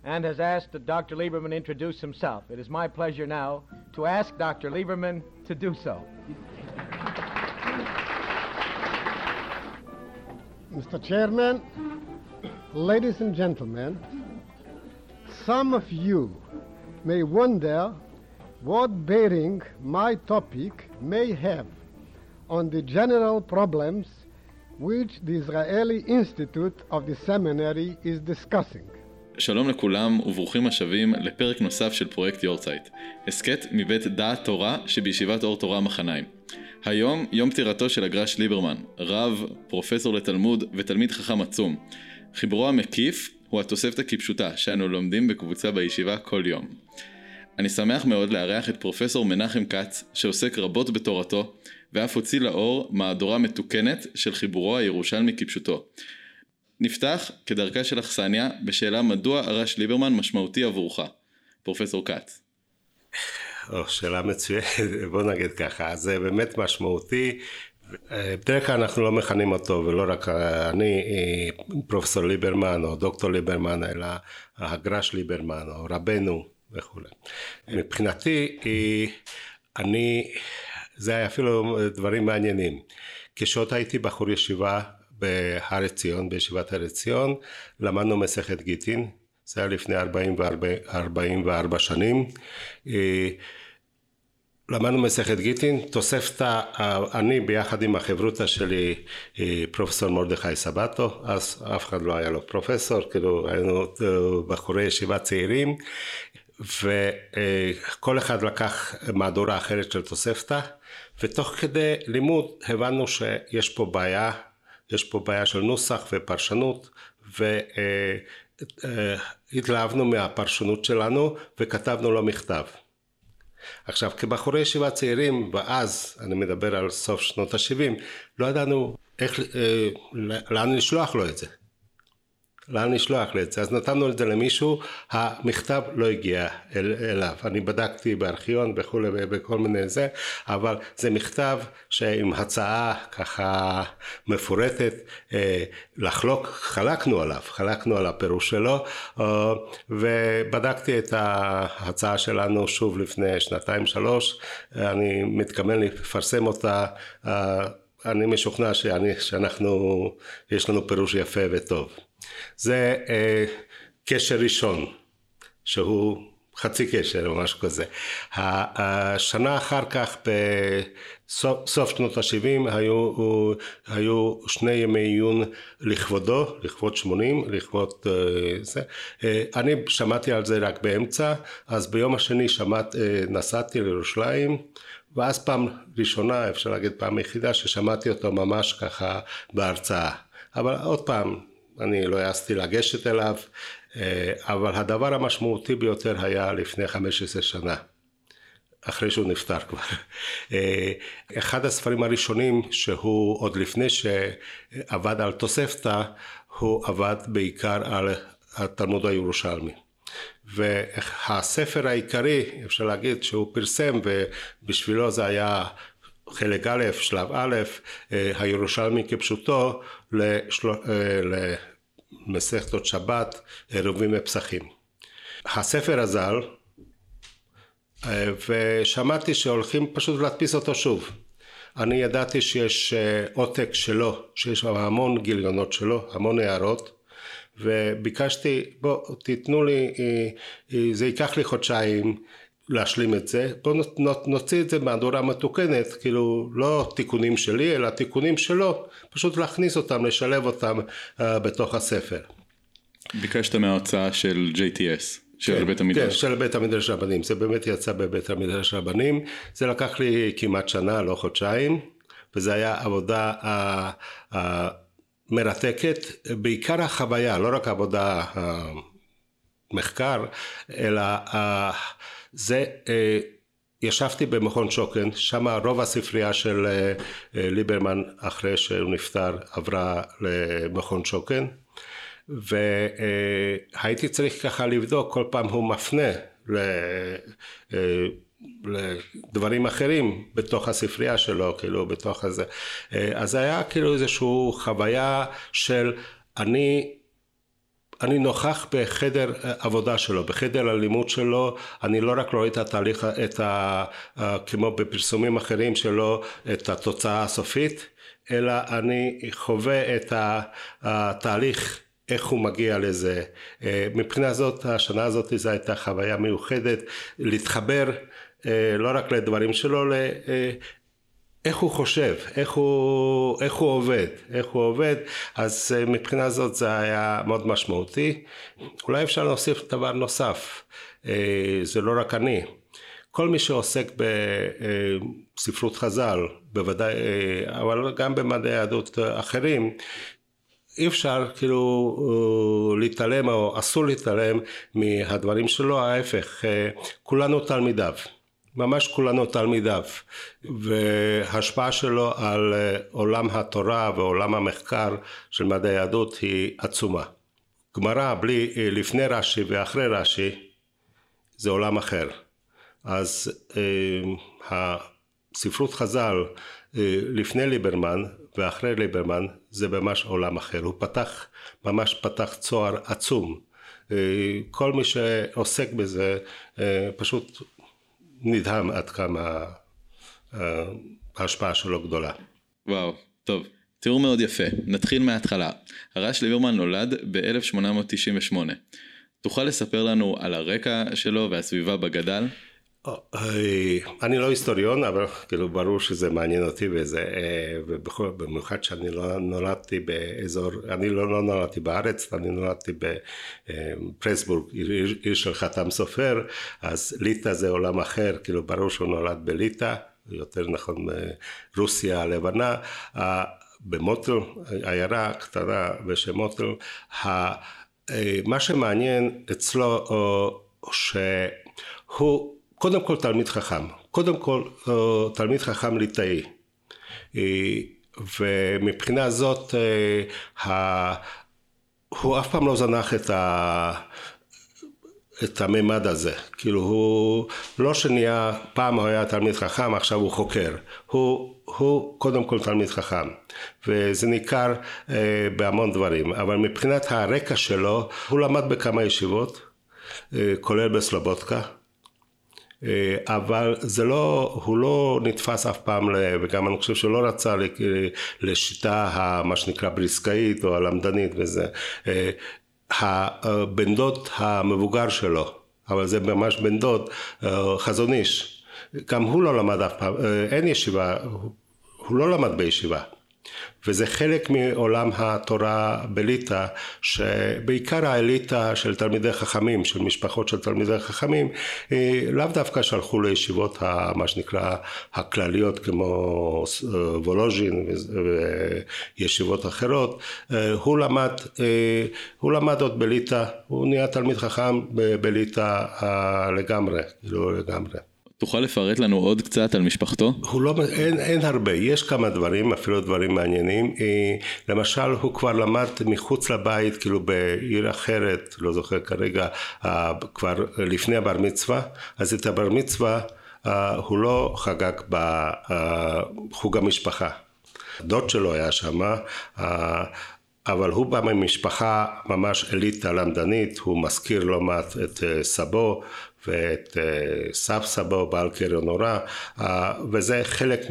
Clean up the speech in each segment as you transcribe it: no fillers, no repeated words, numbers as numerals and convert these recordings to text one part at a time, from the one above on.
and has asked that Dr. Lieberman introduce himself. It is my pleasure now to ask Dr. Lieberman to do so. Mr. Chairman, ladies and gentlemen, some of you may wonder what bearing my topic may have on the general problems which the Israeli Institute of the Seminary is discussing. שלום לכולם וברוכים השבים לפרק נוסף של פרויקט יורצייט, הסקט מבית דעת תורה שבישיבת אור תורה מחניים. היום יום פטירתו של הגר"ש ליברמן, רב, פרופסור לתלמוד ותלמיד חכם עצום. חיבורו המקיף הוא התוספתא כפשוטה שאנו לומדים בקבוצה בישיבה כל יום. אני שמח מאוד לארח את פרופסור מנחם כץ שעוסק רבות בתורתו ואף הוציא לאור מהדורה מתוקנת של חיבורו הירושלמי כפשוטו. נפתח כדרכה של אכסניה בשאלה מדוע הר"ש ליברמן משמעותי עבורך, פרופסור כץ. שאלה מצוינת, בוא נגיד ככה, זה באמת משמעותי. בדרך כלל אנחנו לא מכנים אותו, ולא רק אני, פרופסור ליברמן או דוקטור ליברמן, אלא הגר"ש ליברמן או רבנו וכו'. מבחינתי, זה היה אפילו דברים מעניינים. כשעוד הייתי בחור ישיבה בהר עציון, בישיבת הר עציון, למדנו מסכת גיטין, זה היה לפני 44 שנים. למדנו מסכת גיטין, תוספתא, אני ביחד עם החברותא שלי, פרופסור מרדכי סבתו, אז אף אחד לא היה לו פרופסור, כאילו היינו בחורי ישיבה צעירים, וכל אחד לקח מהדורה אחרת של תוספתא, ותוך כדי לימוד הבנו שיש פה בעיה, יש פה בעיה של נוסח ופרשנות, והתלהבנו מהפרשנות שלנו וכתבנו לו מכתב. עכשיו, כבחורי ישיבה צעירים, ואז אני מדבר על סוף שנות ה-70, לא ידענו לאן לשלוח לו את זה. לאן לשלוח את זה? אז נתנו את זה למישהו, המכתב לא הגיע אליו. אני בדקתי בארכיון וכו' בכל מיני זה, אבל זה מכתב שעם הצעה ככה מפורטת לחלוק, חלקנו על הפירוש שלו, ובדקתי את ההצעה שלנו שוב לפני 2-3, אני מתכוון לפרסם אותה, אני משוכנע יש לנו פירוש יפה וטוב. זה קשר ראשון, שהוא חצי קשר או משהו כזה. השנה אחר כך, בסוף שנות ה-70, היו 2 ימי עיון לכבודו, לכבוד 80, לכבוד זה. אני שמעתי על זה רק באמצע, אז ביום השני נסעתי לירושלים, ואז פעם ראשונה, אפשר להגיד פעם יחידה, ששמעתי אותו ממש ככה בהרצאה. אבל עוד פעם, אני לא העזתי לגשת אליו, אבל הדבר המשמעותי ביותר היה לפני 15 שנה, אחרי שהוא נפטר כבר. אחד הספרים הראשונים שהוא עוד לפני שעבד על תוספתא, הוא עבד בעיקר על התלמוד הירושלמי. והספר העיקרי, אפשר להגיד שהוא פרסם, ובשבילו זה היה חלק א', שלב א', הירושלמי כפשוטו, למסכתות שבת, עירובין ופסחים. הספר הזל, ושמעתי שהולכים פשוט להדפיס אותו שוב. אני ידעתי שיש עותק שלו, שיש המון גיליונות שלו, המון הערות, וביקשתי, בוא תיתנו לי, זה ייקח לי חודשיים להשלים את זה, בוא נוציא את זה מהדורה מתוקנת, כאילו לא תיקונים שלי אלא תיקונים שלו, פשוט להכניס אותם, לשלב אותם בתוך הספר. ביקשת מההוצאה של JTS, של בית המדרש. כן, של בית המדרש רבנים, זה באמת יצא בבית המדרש רבנים, זה לקח לי כמעט שנה, לא חודשיים, וזה היה עבודה מרתקת, בעיקר החוויה, לא רק עבודה מחקר, אלא זה, ישבתי במכון שוקן, שם רוב הספרייה של ליברמן אחרי שהוא נפטר עברה למכון שוקן, והייתי צריך ככה לבדוק, כל פעם הוא מפנה לדברים אחרים בתוך הספרייה שלו, כאילו בתוך הזה. אז היה כאילו איזושהי חוויה של אני אני נוכח בחדר עבודה שלו, בחדר הלימוד שלו, אני לא רק רואה את התהליך, כמו בפרסומים אחרים שלו, את התוצאה הסופית, אלא אני חווה את התהליך, איך הוא מגיע לזה. מבחינה זאת, השנה הזאת זו הייתה חוויה מיוחדת, להתחבר לא רק לדברים שלו, איך הוא חושב, איך הוא עובד, אז מבחינה זאת זה היה מאוד משמעותי. אולי אפשר להוסיף דבר נוסף, זה לא רק אני, כל מי שעוסק בספרות חז"ל, בוודאי, אבל גם במדעי יהדות אחרים, אי אפשר כאילו להתעלם או אסור להתעלם מהדברים שלו, ההפך, כולנו תלמידיו. ממש כולנו תלמידיו, וההשפעה שלו על עולם התורה ועולם המחקר של מדעי היהדות היא עצומה. גמרא לפני רש"י ואחרי רש"י זה עולם אחר. אז הספרות חז"ל לפני ליברמן ואחרי ליברמן זה ממש עולם אחר. הוא ממש פתח צוהר עצום. כל מי שעוסק בזה פשוט נדהם עד כמה ההשפעה שלו גדולה. וואו, טוב. תיאור מאוד יפה. נתחיל מההתחלה. הרש ליברמן נולד ב-1898. תוכל לספר לנו על הרקע שלו והסביבה בגדל? אני לא היסטוריון, אבל כאילו ברור שזה מעניין אותי וזה, במיוחד שאני לא נולדתי באזור, אני לא נולדתי בארץ, אני נולדתי בפרסבורג, עיר של חתם סופר, אז ליטא זה עולם אחר, כאילו ברור שהוא נולד בליטא, יותר נכון רוסיה הלבנה, במוטל, עיירה קטנה בשם מוטל, מה שמעניין אצלו שהוא קודם כל תלמיד חכם, תלמיד חכם ליטאי, ומבחינה זאת הוא אף פעם לא זנח את הממד הזה, כאילו הוא לא שנהיה, פעם הוא היה תלמיד חכם, עכשיו הוא חוקר, הוא קודם כל תלמיד חכם, וזה ניכר בהמון דברים, אבל מבחינת הרקע שלו, הוא למד בכמה ישיבות, כולל בסלובודקה, אבל הוא לא נתפס אף פעם, וגם אני חושב שהוא לא רצה לשיטה מה שנקרא בריסקאית או הלמדנית וזה. הבן דוד המבוגר שלו, אבל זה ממש בן דוד, חזון איש, גם הוא לא למד אף פעם, אין ישיבה, הוא לא למד בישיבה. וזה חלק מעולם התורה בליטא, שבעיקר האליטה של תלמידי חכמים, של משפחות של תלמידי חכמים, לאו דווקא שלחו לישיבות מה שנקרא הכלליות כמו וולוז'ין וישיבות אחרות. הוא למד עוד בליטא, הוא נהיה תלמיד חכם בליטא לגמרי, כאילו לגמרי. תוכל לפרט לנו עוד קצת על משפחתו? אין הרבה, יש כמה דברים, אפילו דברים מעניינים. למשל, הוא כבר למד מחוץ לבית, כאילו בעיר אחרת, לא זוכר כרגע, כבר לפני הבר מצווה, אז את הבר מצווה הוא לא חגג בחוג המשפחה. דוד שלו היה שם, אבל הוא בא ממשפחה ממש אליטה למדנית, הוא מזכיר לא מעט את סבו, ואת סב סבו בעל קריון נורא, וזה חלק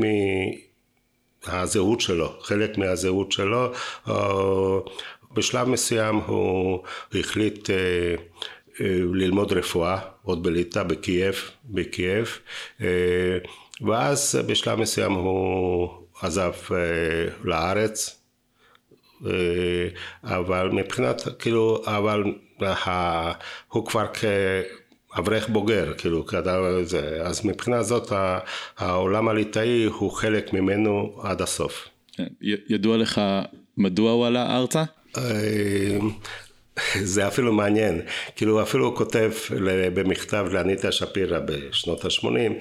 מהזהות שלו, בשלב מסוים הוא החליט ללמוד רפואה, עוד בליטא, בקייב, ואז בשלב מסוים הוא עזב לארץ, אבל מבחינת, כאילו, הוא כבר אברך בוגר, כאילו, אז מבחינה זאת העולם הליטאי הוא חלק ממנו עד הסוף. ידוע לך מדוע הוא עלה ארצה? זה אפילו מעניין, כאילו אפילו הוא כותב במכתב לאניטה שפירא בשנות ה-80,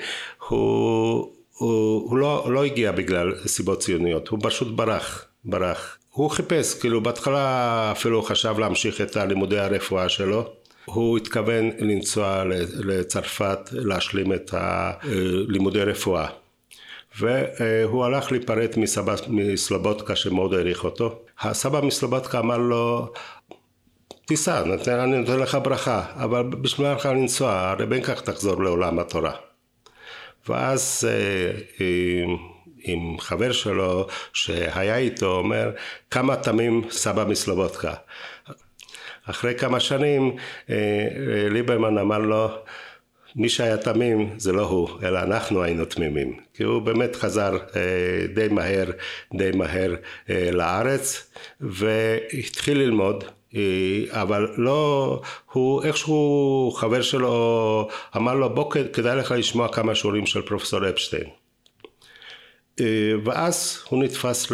הוא לא הגיע בגלל סיבות ציוניות, הוא פשוט ברח. הוא חיפש, כאילו בהתחלה אפילו חשב להמשיך את לימודי הרפואה שלו, הוא התכוון לנסוע לצרפת להשלים את לימודי רפואה. והוא הלך להיפרד מסבא מסלובודקה שמאוד העריך אותו. הסבא מסלובודקה אמר לו, תיסע, אני נותן לך ברכה, אבל בשביל מה לך לנסוע, הרי בין כך תחזור לעולם התורה. ואז עם חבר שלו שהיה איתו אומר, כמה תמים סבא מסלובודקה. אחרי כמה שנים ליברמן אמר לו, מי שהיה תמים זה לא הוא, אלא אנחנו היינו תמימים. כי הוא באמת חזר די מהר לארץ, והתחיל ללמוד, אבל לא, הוא איכשהו חבר שלו אמר לו, בוא כדאי לך לשמוע כמה שיעורים של פרופסור אפשטיין. ואז הוא נתפס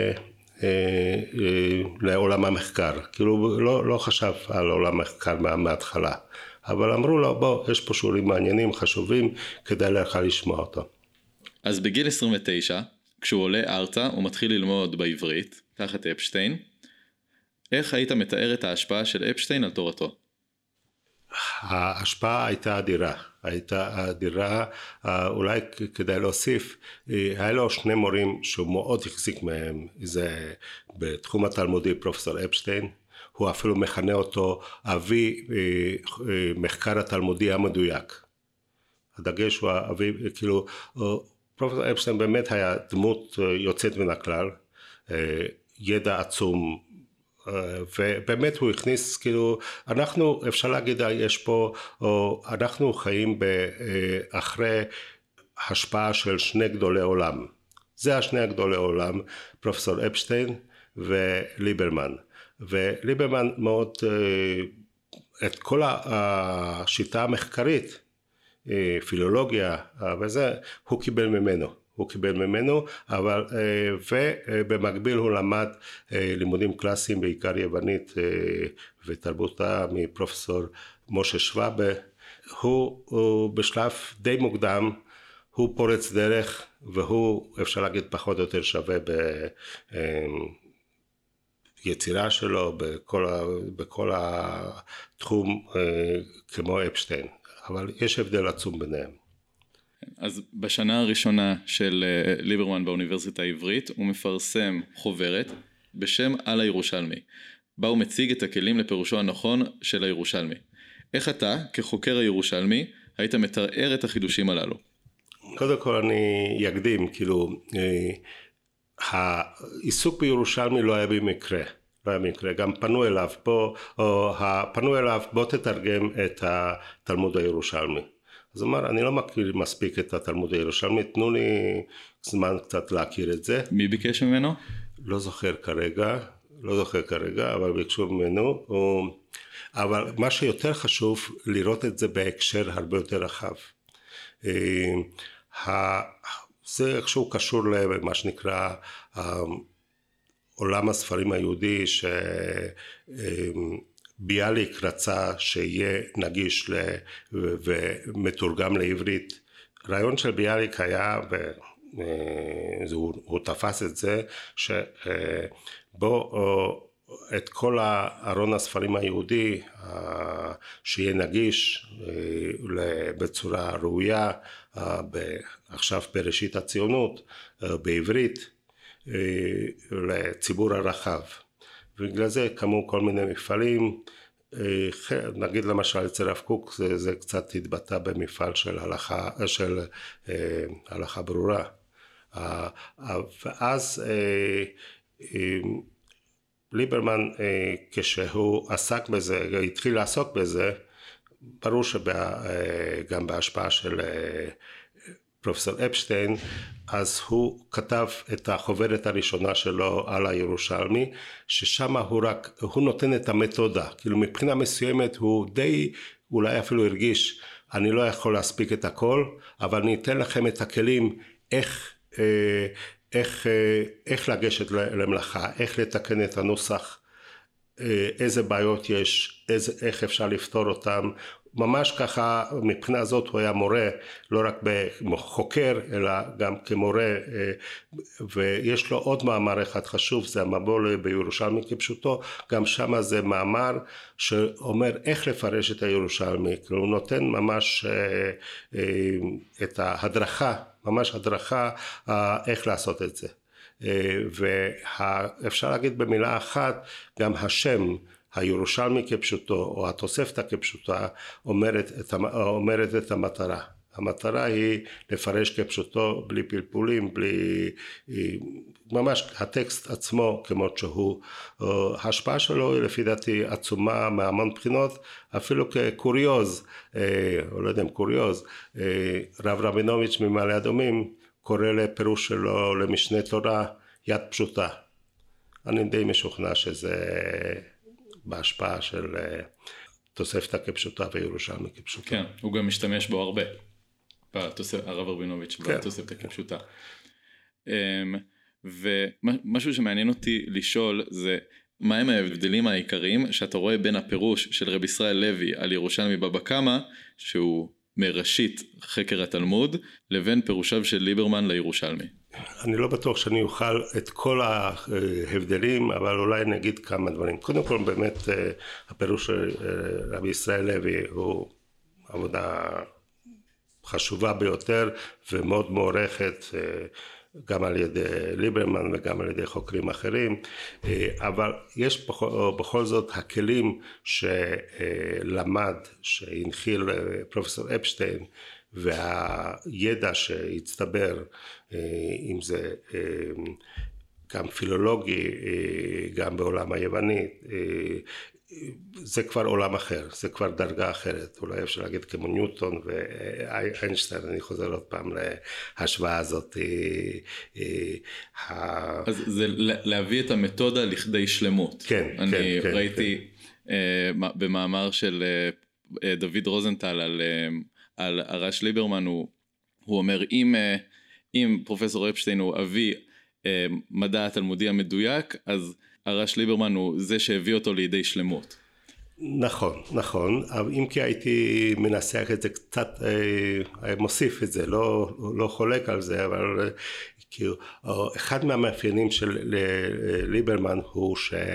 לעולם המחקר, כאילו לא חשב על עולם המחקר מההתחלה, אבל אמרו לו, בוא, יש פה שיעורים מעניינים, חשובים, כדאי לך לשמוע אותו. אז בגיל 29, כשהוא עולה ארצה, הוא מתחיל ללמוד בעברית, תחת אפשטיין. איך היית מתאר את ההשפעה של אפשטיין על תורתו? ההשפעה הייתה אדירה, אולי כדאי להוסיף, היה לו שני מורים שהוא מאוד החזיק מהם, זה בתחום התלמודי פרופסור אפשטיין, הוא אפילו מכנה אותו אבי מחקר התלמודי המדויק. הדגש הוא אבי, כאילו, פרופסור אפשטיין באמת היה דמות יוצאת מן הכלל, ידע עצום, ובאמת הוא הכניס, כאילו, אנחנו, אפשר להגיד, יש פה, אנחנו חיים אחרי השפעה של שני גדולי עולם. זה השני הגדולי עולם, פרופסור אפשטיין וליברמן. וליברמן מאוד, את כל השיטה המחקרית, פילולוגיה וזה, הוא קיבל ממנו, אבל ובמקביל הוא למד לימודים קלאסיים, בעיקר יוונית ותרבותה מפרופסור משה שוואבה. הוא בשלב די מוקדם, הוא פורץ דרך, והוא אפשר להגיד פחות או יותר שווה ביצירה שלו, בכל התחום כמו אפשטיין, אבל יש הבדל עצום ביניהם. אז בשנה הראשונה של ליברמן באוניברסיטה העברית הוא מפרסם חוברת בשם על הירושלמי, בה הוא מציג את הכלים לפירושו הנכון של הירושלמי. איך אתה כחוקר הירושלמי היית מתאר את החידושים הללו? קודם כל אני אקדים, כאילו העיסוק בירושלמי לא היה במקרה, גם פנו אליו בוא תתרגם את התלמוד הירושלמי. אז הוא אמר, אני לא מכיר מספיק את התלמוד הירושלמי, תנו לי זמן קצת להכיר את זה. מי ביקש ממנו? לא זוכר כרגע, אבל ביקשו ממנו. אבל מה שיותר חשוב, לראות את זה בהקשר הרבה יותר רחב. זה איכשהו קשור למה שנקרא עולם הספרים היהודי, ביאליק רצה שיהיה נגיש ומתורגם לעברית. רעיון של ביאליק היה, הוא תפס את זה, שבו את כל ארון הספרים היהודי שיהיה נגיש בצורה ראויה, עכשיו בראשית הציונות, בעברית, לציבור הרחב. ובגלל זה קמו כל מיני מפעלים, נגיד למשל אצל הרב קוק זה קצת התבטא במפעל של הלכה ברורה. ואז ליברמן כשהוא עסק בזה, התחיל לעסוק בזה, ברור שגם בהשפעה של פרופסור אפשטיין, אז הוא כתב את החוברת הראשונה שלו על הירושלמי, ששם הוא נותן את המתודה, כאילו מבחינה מסוימת הוא די, אולי אפילו הרגיש, אני לא יכול להספיק את הכל, אבל אני אתן לכם את הכלים איך לגשת למלאכה, איך לתקן את הנוסח, איזה בעיות יש, איך אפשר לפתור אותם, ממש ככה, מבחינה זאת הוא היה מורה, לא רק חוקר, אלא גם כמורה, ויש לו עוד מאמר אחד חשוב, זה המבוא בירושלמי כפשוטו, גם שם זה מאמר שאומר איך לפרש את הירושלמי, הוא נותן ממש את ההדרכה, ממש הדרכה איך לעשות את זה. ואפשר להגיד במילה אחת, גם השם, הירושלמי כפשוטו או התוספתא כפשוטה אומרת את המטרה. המטרה היא לפרש כפשוטו בלי פלפולים, ממש הטקסט עצמו כמות שהוא. ההשפעה שלו היא לפי דעתי עצומה מהמון בחינות, אפילו כקוריוז, או לא יודע אם קוריוז, רב רבינוביץ' ממעלה אדומים קורא לפירוש שלו למשנה תורה יד פשוטה. אני די משוכנע שזה בהשפעה של תוספתא כפשוטה וירושלמי כפשוטה. כן, הוא גם משתמש בו הרבה, הרב רבינוביץ' בתוספתא כפשוטה. ומשהו שמעניין אותי לשאול זה, מהם ההבדלים העיקריים שאתה רואה בין הפירוש של רב ישראל לוי על ירושלמי בבא קמא, שהוא מראשית חקר התלמוד, לבין פירושיו של ליברמן לירושלמי? אני לא בטוח שאני אוכל את כל ההבדלים, אבל אולי נגיד כמה דברים. קודם כל באמת הפירוש של רבי ישראל לוי הוא עבודה חשובה ביותר ומאוד מוערכת, גם על ידי ליברמן וגם על ידי חוקרים אחרים, אבל יש בכל זאת הכלים שלמד, שהנחיל פרופסור אפשטיין, והידע שהצטבר, אם זה גם פילולוגי, גם בעולם היווני, זה כבר עולם אחר, זה כבר דרגה אחרת, אולי אפשר להגיד כמו ניוטון ואיינשטיין, אני חוזר עוד פעם להשוואה הזאת. אז זה להביא את המתודה לכדי שלמות. כן, אני כן, ראיתי במאמר של דוד רוזנטל על הרש ליברמן, הוא אומר, אם פרופסור אפשטיין הוא אבי מדע התלמודי המדויק, אז הרש ליברמן הוא זה שהביא אותו לידי שלמות. נכון, נכון, אבל אם כי הייתי מנסח את זה קצת, מוסיף את זה, לא חולק על זה, אבל כאילו, אחד מהמאפיינים של ליברמן הוא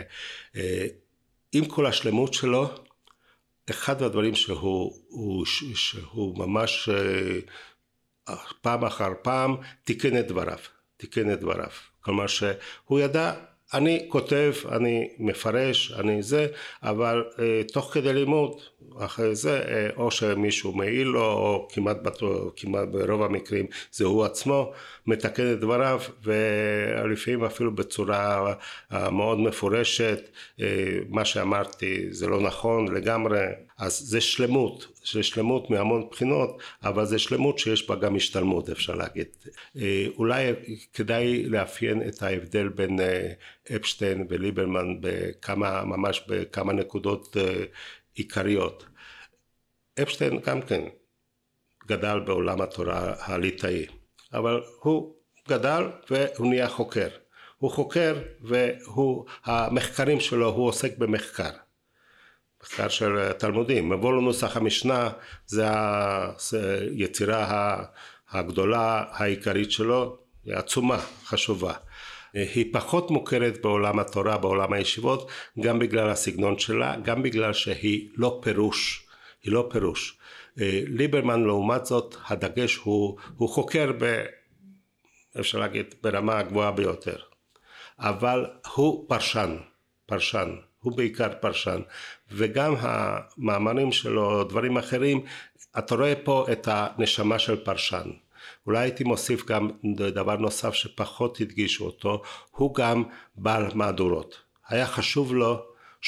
שעם כל השלמות שלו, אחד מהדברים שהוא ממש פעם אחר פעם תיקן את דבריו. כלומר שהוא ידע, אני כותב, אני מפרש, אני זה, אבל תוך כדי לימוד, אחרי זה, או שמישהו מעיל לו, או כמעט ברוב המקרים זה הוא עצמו, מתקן את דבריו, ולפעמים אפילו בצורה מאוד מפורשת, מה שאמרתי זה לא נכון לגמרי, אז זה שלמות מהמון בחינות, אבל זה שלמות שיש בה גם השתלמות, אפשר להגיד. אולי כדאי לאפיין את ההבדל בין אפשטיין וליברמן ממש בכמה נקודות עיקריות. אפשטיין גם כן גדל בעולם התורה הליטאי, אבל הוא גדל והוא נהיה חוקר. הוא חוקר והמחקרים שלו, הוא עוסק במחקר. מחקר של תלמודים. מבוא לנוסח המשנה זה היצירה הגדולה העיקרית שלו, היא עצומה, חשובה. היא פחות מוכרת בעולם התורה, בעולם הישיבות, גם בגלל הסגנון שלה, גם בגלל שהיא לא פירוש. היא לא פירוש. ליברמן לעומת זאת, הדגש הוא חוקר אפשר להגיד ברמה הגבוהה ביותר. אבל הוא פרשן. הוא בעיקר פרשן, וגם המאמרים שלו, דברים אחרים, אתה רואה פה את הנשמה של פרשן. אולי הייתי מוסיף גם דבר נוסף שפחות הדגישו אותו, הוא גם בעל מהדורות. היה חשוב לו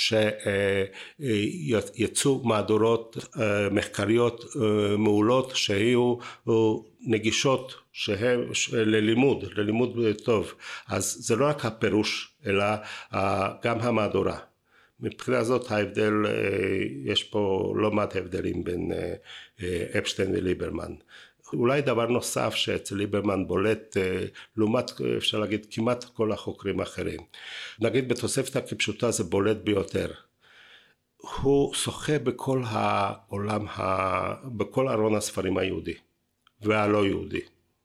שיצאו מהדורות מחקריות מעולות שהיו נגישות ללימוד טוב. אז זה לא רק הפירוש, אלא גם המהדורה. מבחינה זאת ההבדל, יש פה לא מעט הבדלים בין אפשטיין וליברמן. אולי דבר נוסף שאצל ליברמן בולט לעומת, אפשר להגיד, כמעט כל החוקרים האחרים. נגיד בתוספתא כפשוטה זה בולט ביותר. הוא שוחה בכל העולם, בכל ארון הספרים היהודי והלא יהודי.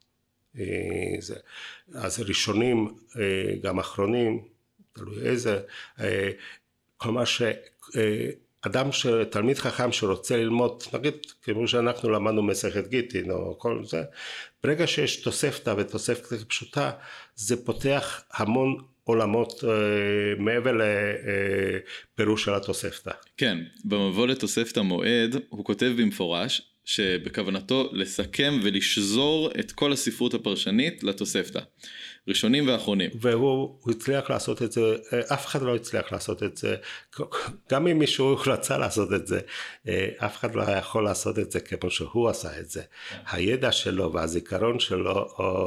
אז ראשונים, גם אחרונים, תלוי איזה, כלומר שאדם, תלמיד חכם שרוצה ללמוד, נגיד כמו שאנחנו למדנו מסכת גיטין או כל זה, ברגע שיש תוספתא ותוספתא פשוטה, זה פותח המון עולמות מעבר לפירוש של התוספתא. כן, במבוא לתוספתא מועד הוא כותב במפורש שבכוונתו לסכם ולשזור את כל הספרות הפרשנית לתוספתא, ראשונים ואחרונים. והוא הצליח לעשות את זה, אף אחד לא הצליח לעשות את זה, גם אם מישהו רצה לעשות את זה, אף אחד לא יכול לעשות את זה כמו שהוא עשה את זה. הידע שלו והזיכרון שלו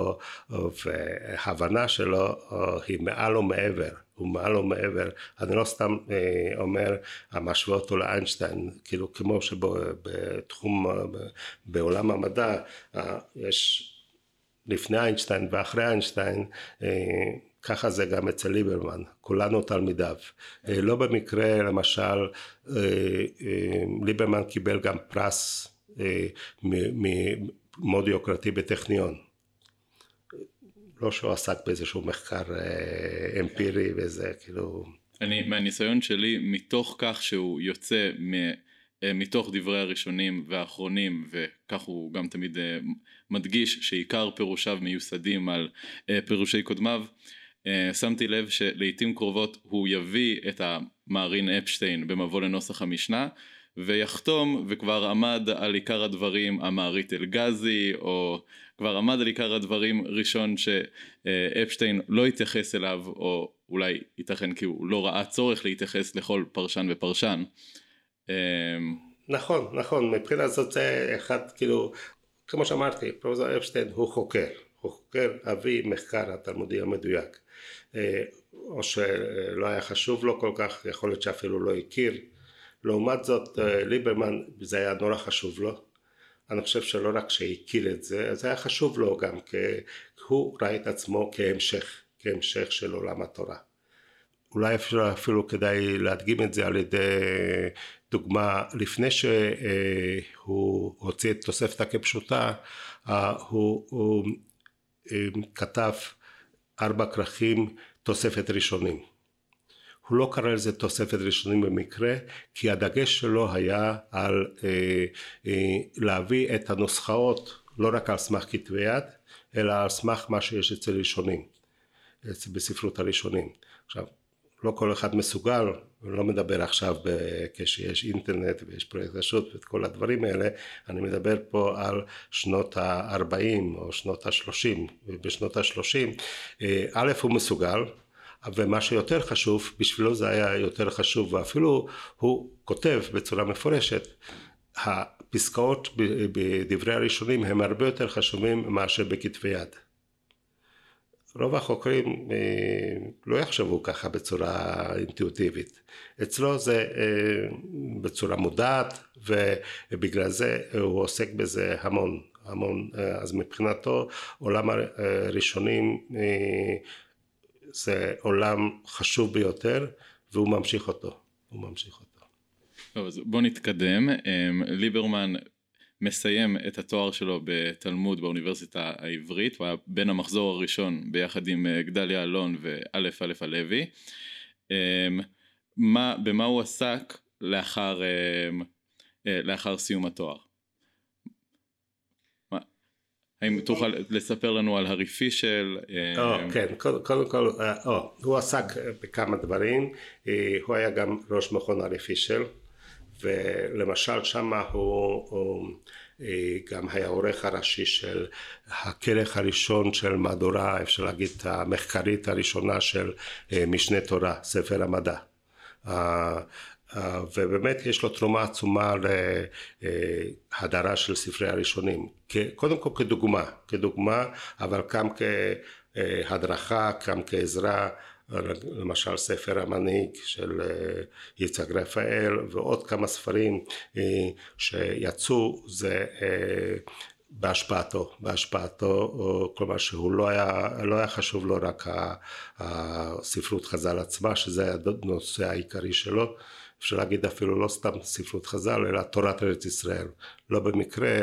וההבנה שלו היא מעל ומעבר. הוא מעל ומעבר. אני לא סתם אומר המשווה אותו לאיינשטיין, כאילו כמו שבתחום, בעולם המדע יש לפני איינשטיין ואחרי איינשטיין, ככה זה גם אצל ליברמן, כולנו תלמידיו. לא במקרה למשל ליברמן קיבל גם פרס מאוד יוקרתי בטכניון. לא שהוא עסק באיזשהו מחקר אמפירי וזה כאילו... מהניסיון שלי, מתוך כך שהוא יוצא מתוך דברי הראשונים והאחרונים, וכך הוא גם תמיד מדגיש שעיקר פירושיו מיוסדים על פירושי קודמיו, שמתי לב שלעיתים קרובות הוא יביא את המערין אפשטיין במבוא לנוסח המשנה, ויחתום וכבר עמד על עיקר הדברים המערית אלגזי, או כבר עמד על עיקר הדברים ראשון שאפשטיין לא התייחס אליו, או אולי ייתכן כי הוא לא ראה צורך להתייחס לכל פרשן ופרשן. נכון, מבחינה זאת זה אחד, כאילו, כמו שאמרתי, פרופסור אפשטיין הוא חוקר, אבי מחקר התלמודי המדויק, או שלא היה חשוב לו כל כך, יכול להיות שאפילו לא הכיר. לעומת זאת ליברמן זה היה נורא חשוב לו, אני חושב שלא רק שהכיר את זה, זה היה חשוב לו גם, כי הוא ראה את עצמו כהמשך של עולם התורה. אולי אפילו כדאי להדגים את זה על ידי דוגמה, לפני שהוא הוציא את תוספתא כפשוטה, הוא כתב 4 כרכים תוספת ראשונים. הוא לא קרא לזה תוספת ראשונים במקרה, כי הדגש שלו היה על להביא את הנוסחאות לא רק על סמך כתבי יד, אלא על סמך מה שיש אצל ראשונים, בספרות הראשונים. עכשיו, לא כל אחד מסוגל, לא מדבר עכשיו כשיש אינטרנט ויש פרויקט רשות ואת כל הדברים האלה, אני מדבר פה על שנות ה-40 או שנות ה-30, ובשנות ה-30, א' הוא מסוגל, ומה שיותר חשוב, בשבילו זה היה יותר חשוב, ואפילו הוא כותב בצורה מפורשת, הפסקאות בדברי הראשונים הם הרבה יותר חשובים מאשר בכתבי יד. רוב החוקרים לא יחשבו ככה בצורה אינטואיטיבית. אצלו זה בצורה מודעת, ובגלל זה הוא עוסק בזה המון. אז מבחינתו עולם הראשונים זה עולם חשוב ביותר, והוא ממשיך אותו. טוב, אז בוא נתקדם. ליברמן מסיים את התואר שלו בתלמוד באוניברסיטה העברית, הוא היה בין המחזור הראשון ביחד עם גדליה אלון ואלף הלוי. במה הוא עסק לאחר סיום התואר? האם תוכל לספר לנו על הריפישל? כן, קודם כל, הוא עסק בכמה דברים, הוא היה גם ראש מכון הריפישל, ולמשל שמה הוא גם היה העורך הראשי של הכרך הראשון של מהדורה, אפשר להגיד המחקרית הראשונה של משנה תורה, ספר המדע. ובאמת יש לו תרומה עצומה להדרה של ספרי הראשונים, קודם כל כדוגמה, אבל גם כהדרכה, גם כעזרה, למשל ספר המנהיג של יצחק רפאל ועוד כמה ספרים שיצאו, זה בהשפעתו, כלומר שהוא לא היה חשוב לו רק הספרות חז"ל עצמה, שזה היה הנושא העיקרי שלו, אפשר להגיד אפילו לא סתם ספרות חז"ל, אלא תורת ארץ ישראל. לא במקרה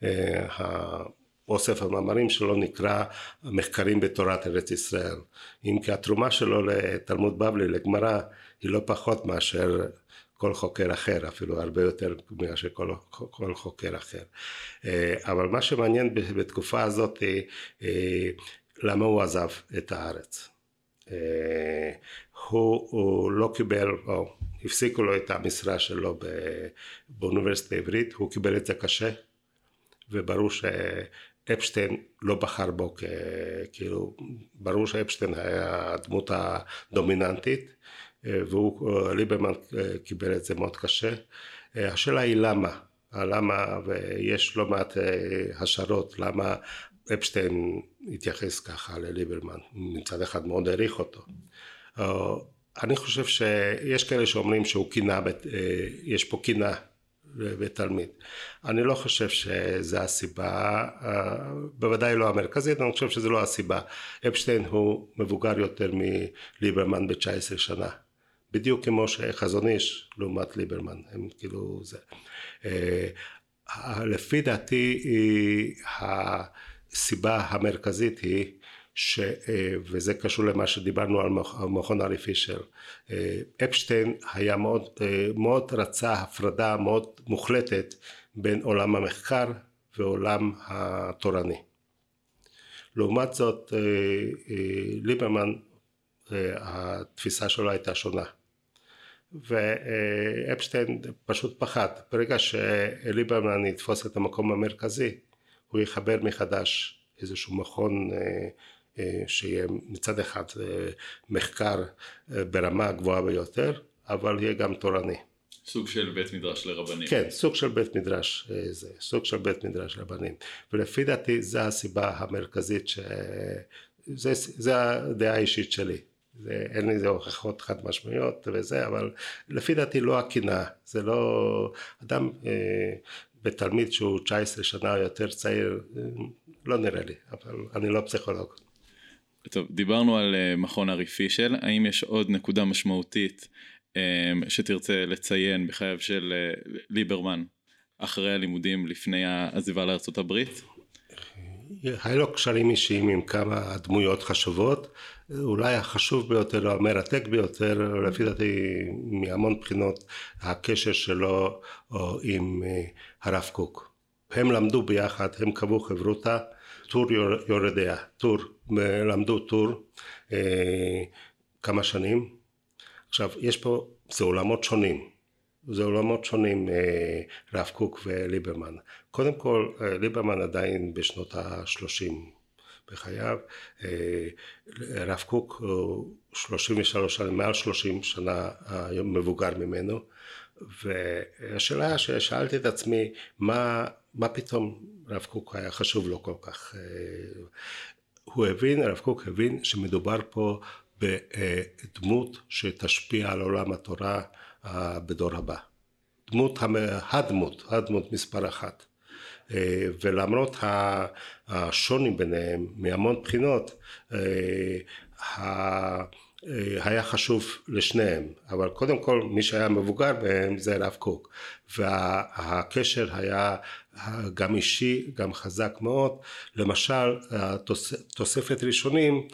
אוסף המאמרים שלו נקרא מחקרים בתורת ארץ ישראל. אם כי התרומה שלו לתלמוד בבלי, לגמרא, היא לא פחות מאשר כל חוקר אחר, אפילו הרבה יותר מאשר כל חוקר אחר. אבל מה שמעניין בתקופה הזאת, למה הוא עזב את הארץ? הוא לא קיבל, או הפסיקו לו את המשרה שלו באוניברסיטה העברית, הוא קיבל את זה קשה, וברור שאפשטיין לא בחר בו, כאילו, ברור שאפשטיין היה הדמות הדומיננטית, וליברמן קיבל את זה מאוד קשה. השאלה היא למה, ויש לא מעט השערות, למה אפשטיין התייחס ככה לליברמן, מצד אחד מאוד העריך אותו. אני חושב שיש כאלה שאומרים שהוא קינה, יש פה קינה בתלמיד. אני לא חושב שזה הסיבה, בוודאי לא המרכזית, אני חושב שזה לא הסיבה. אפשטיין הוא מבוגר יותר מליברמן ב-19 שנה. בדיוק כמו שחזון איש לעומת ליברמן, הם כאילו זה. לפי דעתי הסיבה המרכזית היא, וזה קשור למה שדיברנו על מכון ארי פישר, אפשטיין היה מאוד רצה הפרדה מאוד מוחלטת בין עולם המחקר ועולם התורני. לעומת זאת ליברמן התפיסה שלו הייתה שונה. ואפשטיין פשוט פחד, ברגע שליברמן יתפוס את המקום המרכזי, הוא יחבר מחדש איזשהו מכון שיהיה מצד אחד מחקר ברמה גבוהה ביותר, אבל יהיה גם תורני. סוג של בית מדרש לרבנים. כן, סוג של בית מדרש, סוג של בית מדרש לרבנים. ולפי דעתי זו הסיבה המרכזית, זה הדעה האישית שלי. אין לי זה הוכחות חד משמעיות וזה, אבל לפי דעתי לא הקינה, זה לא אדם בתלמיד שהוא 19 שנה יותר צעיר, לא נראה לי, אבל אני לא פסיכולוג. טוב, דיברנו על מכון ארי פישר, האם יש עוד נקודה משמעותית שתרצה לציין בחייו של ליברמן אחרי הלימודים לפני העזיבה לארצות הברית? היה לו קשרים אישיים עם כמה דמויות חשובות, אולי החשוב ביותר או המרתק ביותר, לפי דעתי מהמון בחינות, הקשר שלו עם הרב קוק. הם למדו ביחד, הם קבעו חברותה, טור יורדיה, למדו טור כמה שנים. עכשיו יש פה, זה עולמות שונים רב קוק וליברמן. קודם כל ליברמן עדיין בשנות ה-30 בחייו, רב קוק 33 שנה, מעל 30 שנה מבוגר ממנו, והשאלה ששאלתי את עצמי, מה פתאום רב קוק היה חשוב לו כל כך? רב קוק הבין שמדובר פה בדמות שתשפיע על עולם התורה בדור הבא. הדמות מספר אחת. ולמרות השוני ביניהם מהמון בחינות, היה חשוב לשניהם, אבל קודם כל מי שהיה מבוגר בהם זה רב קוק, והקשר היה גם אישי, גם חזק מאוד. למשל תוספת ראשונים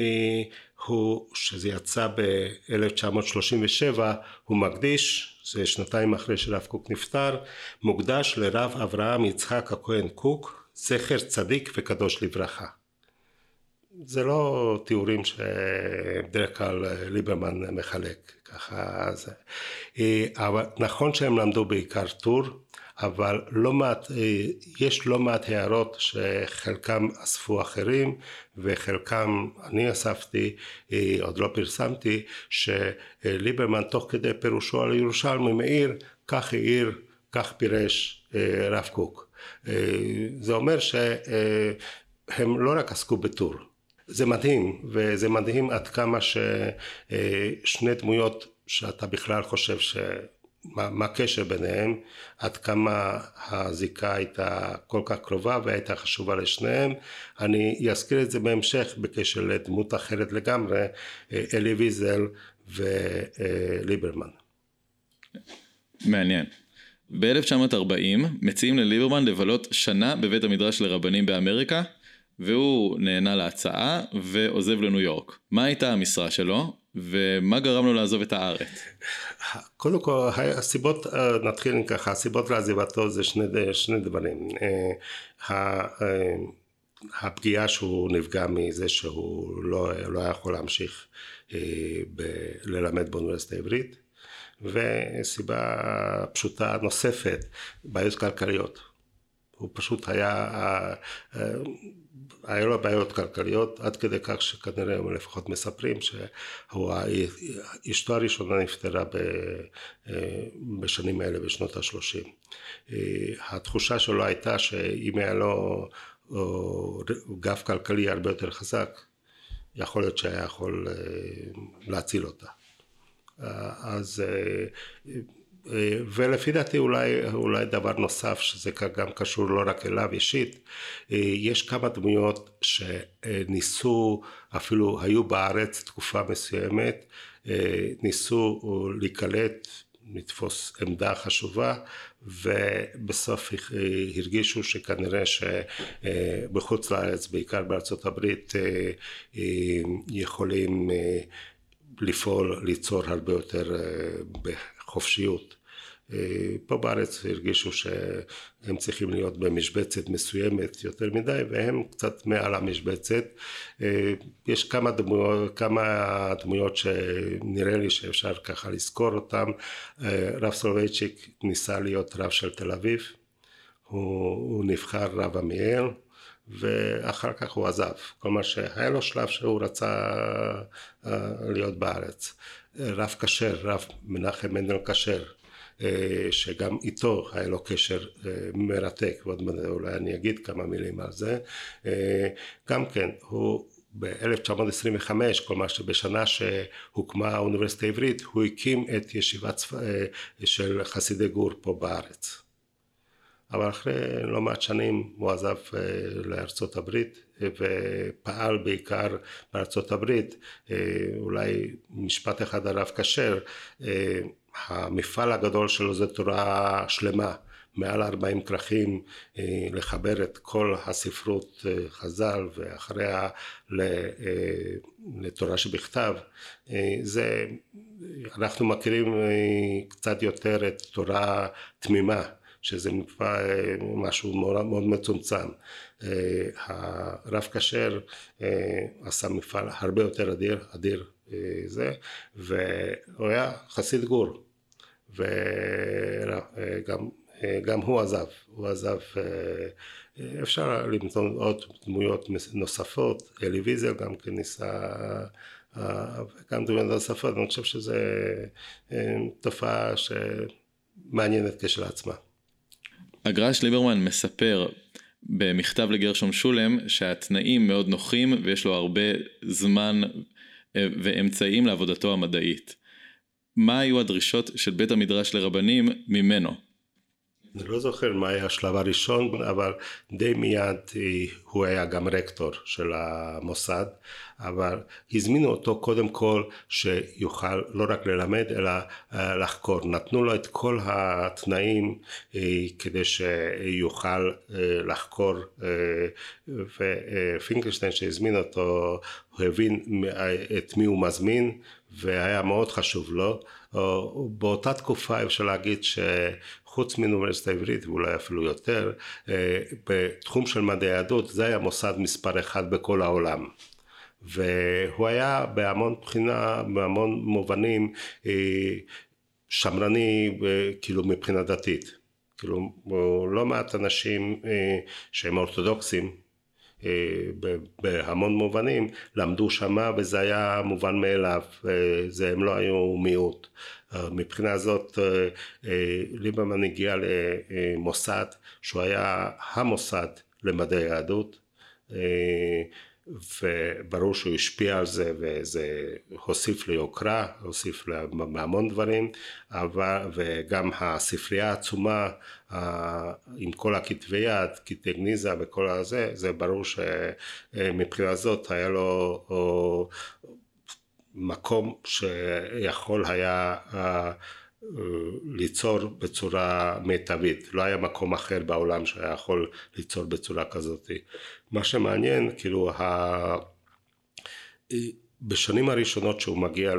שזה יצא ב-1937, הוא מקדיש, זה שנתיים אחרי שרב קוק נפטר, מוקדש לרב אברהם יצחק הכהן קוק, זכר צדיק וקדוש לברכה. זה לא תיאורים שבדרך כלל ליברמן מחלק ככה. אבל נכון שהם למדו בעיקר טור, אבל יש לא מעט הערות שחלקם אספו אחרים, וחלקם אני אספתי, עוד לא פרסמתי, שליברמן תוך כדי פירושו על ירושלמי מאיר, כך העיר, כך פירש רב קוק. זה אומר שהם לא רק עסקו בטור. זה מדהים, וזה מדהים עד כמה ששני דמויות שאתה בכלל חושב מה הקשר ביניהם, עד כמה הזיקה הייתה כל כך קרובה והייתה חשובה לשניהם. אני אזכיר את זה בהמשך בקשר לדמות אחרת לגמרי, אלי ויזל וליברמן. מעניין. ב-1940 מציעים לליברמן לבלות שנה בבית המדרש לרבנים באמריקה, והוא נהנה להצעה ועוזב לניו יורק. מה הייתה המשרה שלו ומה גרם לו לעזוב את הארץ? קודם כל הסיבות, נתחיל ככה, הסיבות לעזיבתו זה שני דברים. הפגיעה שהוא נפגע מזה שהוא לא יכול להמשיך ללמד באוניברסיטה העברית, וסיבה פשוטה נוספת, בעיות כלכליות. הוא פשוט היה לו בעיות כלכליות, עד כדי כך שכנראה הם לפחות מספרים שאשתו הראשונה נפטרה בשנים האלה, בשנות ה-30. התחושה שלו הייתה שאם היה לו גב כלכלי הרבה יותר חזק, יכול להיות שהיה יכול להציל אותה. אז ולפי דעתי אולי דבר נוסף שזה גם קשור לא רק אליו אישית, יש כמה דמויות שניסו, אפילו היו בארץ תקופה מסוימת, ניסו להיקלט, לתפוס עמדה חשובה, ובסוף הרגישו שכנראה שבחוץ לארץ, בעיקר בארצות הברית, יכולים לפעול, ליצור הרבה יותר בחופשיות. פה בארץ הרגישו שהם צריכים להיות במשבצת מסוימת יותר מדי, והם קצת מעל המשבצת. יש כמה דמויות שנראה לי שאפשר ככה לזכור אותם. רב סולובייצ'יק ניסה להיות רב של תל אביב, הוא נבחר רב עמיאל, ואחר כך הוא עזב. כלומר שהיה לו שלב שהוא רצה להיות בארץ. רב כשר, רב מנחם מנדל כשר, שגם איתו היה לו קשר מרתק, ועוד אולי אני אגיד כמה מילים על זה. גם כן, הוא ב-1925, כלומר שבשנה שהוקמה האוניברסיטה העברית, הוא הקים את ישיבת של חסידי גור פה בארץ. אבל אחרי לא מעט שנים הוא עזב לארצות הברית ופעל בעיקר בארצות הברית. אולי משפט אחד הרב כשר, המפעל הגדול שלו זה תורה שלמה, מעל 40 כרכים, לחבר את כל הספרות חז"ל ואחריה לתורה שבכתב. זה, אנחנו מכירים קצת יותר את תורה תמימה, שזה משהו מאוד מצומצם. הרב כשר עשה מפעל הרבה יותר אדיר זה, והוא היה חסיד גור, וגם הוא עזב. אפשר למצוא עוד דמויות נוספות, אלי ויזל גם כן ניסה, גם דמויות נוספות. אני חושב שזו תופעה שמעניינת כשלעצמה. הגר"ש ליברמן מספר במכתב לגרשום שולם שהתנאים מאוד נוחים ויש לו הרבה זמן ואמצעים לעבודתו המדעית. מה היו הדרישות של בית המדרש לרבנים ממנו? אני לא זוכר מה היה השלב הראשון, אבל די מיד הוא היה גם רקטור של המוסד, אבל הזמינו אותו קודם כל שיוכל לא רק ללמד אלא לחקור. נתנו לו את כל התנאים כדי שיוכל לחקור, ופינקלשטיין שהזמין אותו, הוא הבין את מי הוא מזמין והיה מאוד חשוב לו. באותה תקופה אפשר להגיד שחוץ מאוניברסיטה העברית ואולי אפילו יותר, בתחום של מדעי היהדות זה היה מוסד מספר אחד בכל העולם, והוא היה בהמון מובנים שמרני, כאילו מבחינה דתית. כאילו לא מעט אנשים שהם אורתודוקסים בהמון מובנים למדו שמה, וזה היה מובן מאליו, הם לא היו מיעוט. מבחינה זאת ליברמן הגיע למוסד שהוא היה המוסד למדעי היהדות, וברור שהוא השפיע על זה, וזה הוסיף ליוקרה, הוסיף להמון דברים, וגם הספרייה העצומה עם כל הכתבי יד, כתבי גניזה וכל הזה, זה ברור שמבחינה זאת היה לו מקום שיכול היה ליצור בצורה מיטבית. לא היה מקום אחר בעולם שהיה יכול ליצור בצורה כזאת. מה שמעניין, כאילו, בשנים הראשונות שהוא מגיע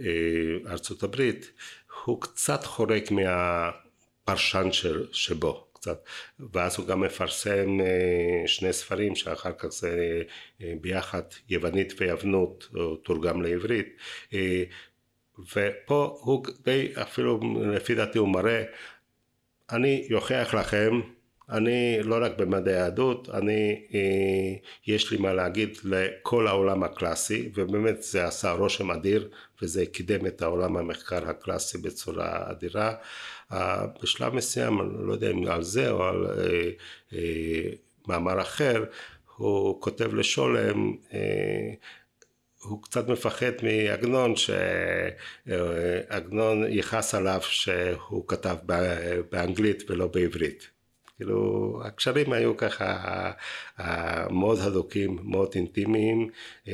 לארצות הברית, הוא קצת חורק מהפרשן שבו. קצת, ואז הוא גם מפרסם שני ספרים שאחר כך זה ביחד יוונית ויוונות, תורגם לעברית, ופה הוא די, אפילו לפי דעתי הוא מראה, אני יוכיח לכם, אני לא רק במדעי היהדות, יש לי מה להגיד לכל העולם הקלאסי, ובאמת זה עשה רושם אדיר, וזה קידם את העולם המחקר הקלאסי בצורה אדירה. בשלב מסוים, אני לא יודע אם על זה או על מאמר אחר, הוא כותב לשולם, הוא קצת מפחד מעגנון, שעגנון יכעס עליו שהוא כתב באנגלית ולא בעברית. כאילו הקשרים היו ככה מאוד הדוקים, מאוד אינטימיים,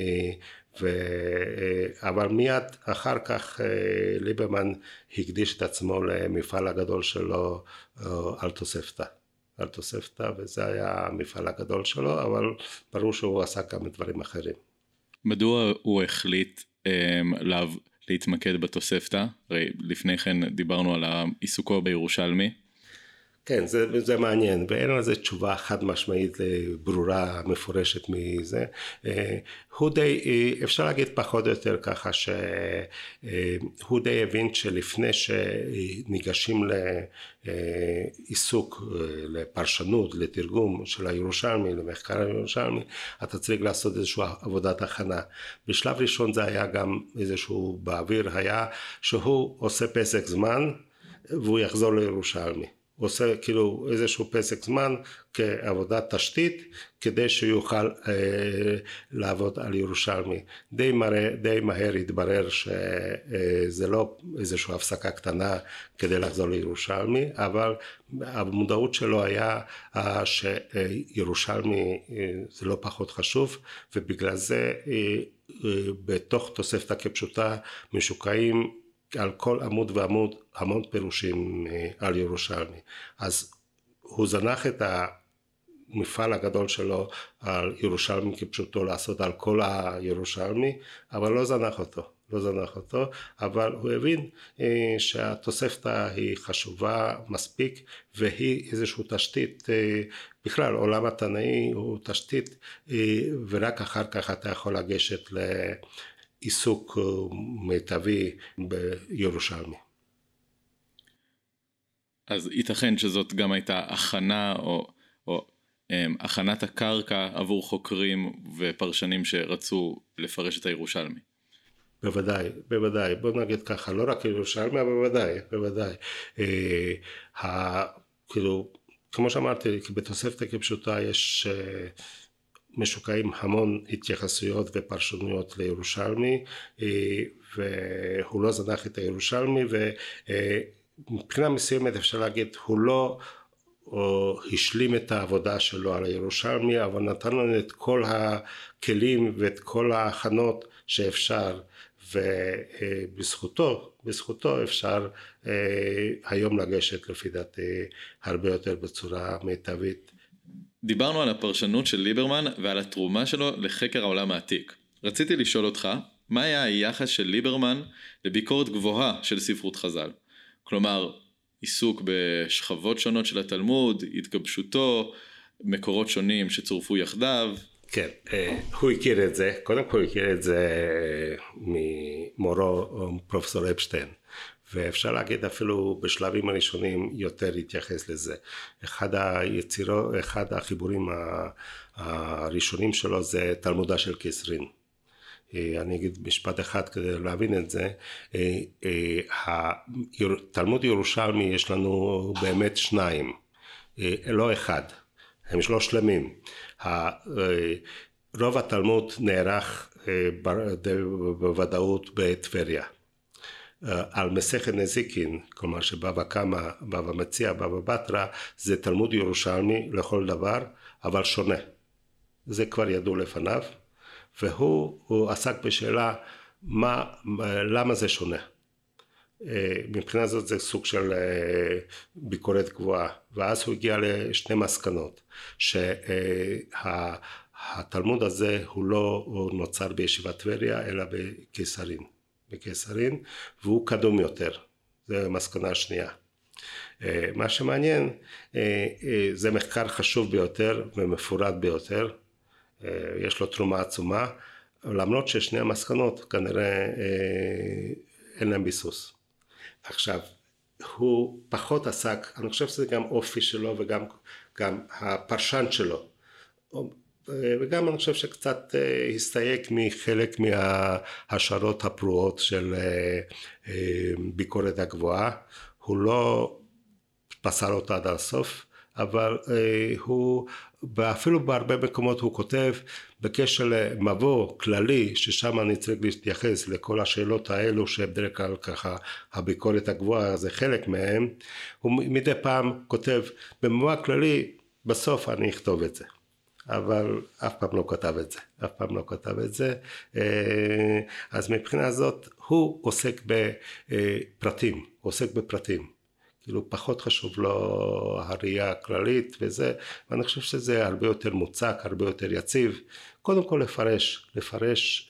אבל מיד אחר כך ליברמן הקדיש את עצמו למפעל הגדול שלו על תוספתא, וזה היה המפעל הגדול שלו, אבל ברור שהוא עשה גם דברים אחרים. מדוע הוא החליט להתמקד בתוספתא? הרי לפני כן דיברנו על עיסוקו בירושלמי. כן, זה מעניין, ואין על זה תשובה חד משמעית ברורה, מפורשת מזה. הוא די, אפשר להגיד פחות או יותר ככה, שהוא די הבין שלפני שניגשים לעיסוק, לפרשנות, לתרגום של הירושלמי, למחקר הירושלמי, אתה צריך לעשות איזושהי עבודת הכנה. בשלב ראשון זה היה גם איזשהו באוויר, היה שהוא עושה פסק זמן, והוא יחזור לירושלמי. הוא עושה כאילו איזשהו פסק זמן כעבודת תשתית כדי שיוכל לעבוד על ירושלמי. די מהר התברר שזה לא איזושהי הפסקה קטנה כדי לחזור לירושלמי, אבל המודעות שלו היה שירושלמי זה לא פחות חשוב, ובגלל זה בתוך תוספתא כפשוטה משוקעים על כל עמוד ועמוד המון פירושים על ירושלמי. אז הוא זנח את המפעל הגדול שלו על ירושלמי כפשוטו לעשות על כל הירושלמי, אבל לא זנח אותו, אבל הוא הבין שהתוספתא היא חשובה מספיק, והיא איזושהי תשתית, בכלל עולם התנאי הוא תשתית, ורק אחר כך אתה יכול לגשת עיסוק מיטבי בירושלמי. אז ייתכן שזאת גם הייתה הכנה או הכנת הקרקע עבור חוקרים ופרשנים שרצו לפרש את הירושלמי. בוודאי, בוא נגיד ככה, לא רק ירושלמי, אבל בוודאי. כאילו, כמו שאמרתי, בתוספתא כפשוטה יש משוקעים המון התייחסויות ופרשנויות לירושלמי, והוא לא זנח את הירושלמי, ומבחינה מסוימת אפשר להגיד, הוא לא השלים את העבודה שלו על הירושלמי, אבל נתן לנו את כל הכלים ואת כל ההכנות שאפשר, ובזכותו אפשר היום לגשת לפי דעתי הרבה יותר בצורה מיטבית. דיברנו על הפרשנות של ליברמן ועל התרומה שלו לחקר העולם העתיק. רציתי לשאול אותך, מה היה היחס של ליברמן לביקורת גבוהה של ספרות חז"ל? כלומר, עיסוק בשכבות שונות של התלמוד, התגבשותו, מקורות שונים שצורפו יחדיו. כן, הוא הכיר את זה, קודם כל הכיר את זה ממורו פרופסור אפשטיין. ואפשר להגיד אפילו בשלבים הראשונים יותר להתייחס לזה. אחד החיבורים הראשונים שלו זה תלמודה של קיסרין. אני אגיד משפט אחד כדי להבין את זה. תלמוד ירושלמי יש לנו באמת שניים, לא אחד, הם לא שלמים. רוב התלמוד נערך בוודאות בטבריה. על מסכת נזיקין, כלומר שבבא קמא, בבא מציעא, בבא בתרא, זה תלמוד ירושלמי לכל דבר, אבל שונה. זה כבר ידעו לפניו, והוא עסק בשאלה למה זה שונה. מבחינה זאת זה סוג של ביקורת גבוהה, ואז הוא הגיע לשני מסקנות, שהתלמוד הזה הוא לא נוצר בישיבת טבריה, אלא בקיסרין, והוא קדום יותר. זה המסקנה השנייה. מה שמעניין, זה מחקר חשוב ביותר ומפורט ביותר, יש לו תרומה עצומה, למרות ששני המסקנות כנראה אין להם ביסוס. עכשיו, הוא פחות עסק, אני חושב שזה גם אופי שלו וגם הפרשן שלו, וגם אני חושב שקצת הסתייג מחלק מההשערות הפרועות של ביקורת הגבוהה, הוא לא פסל אותה עד הסוף, אבל הוא, ואפילו בהרבה מקומות הוא כותב בקשר למבוא כללי, ששם אני צריך להתייחס לכל השאלות האלו שבדרך כלל ככה הביקורת הגבוהה זה חלק מהם, הוא מדי פעם כותב במבוא כללי, בסוף אני אכתוב את זה. אבל אף פעם לא כתב את זה, אז מבחינה זאת הוא עוסק בפרטים, כאילו פחות חשוב לו הראייה הכללית וזה, ואני חושב שזה הרבה יותר מוצק, הרבה יותר יציב, קודם כל לפרש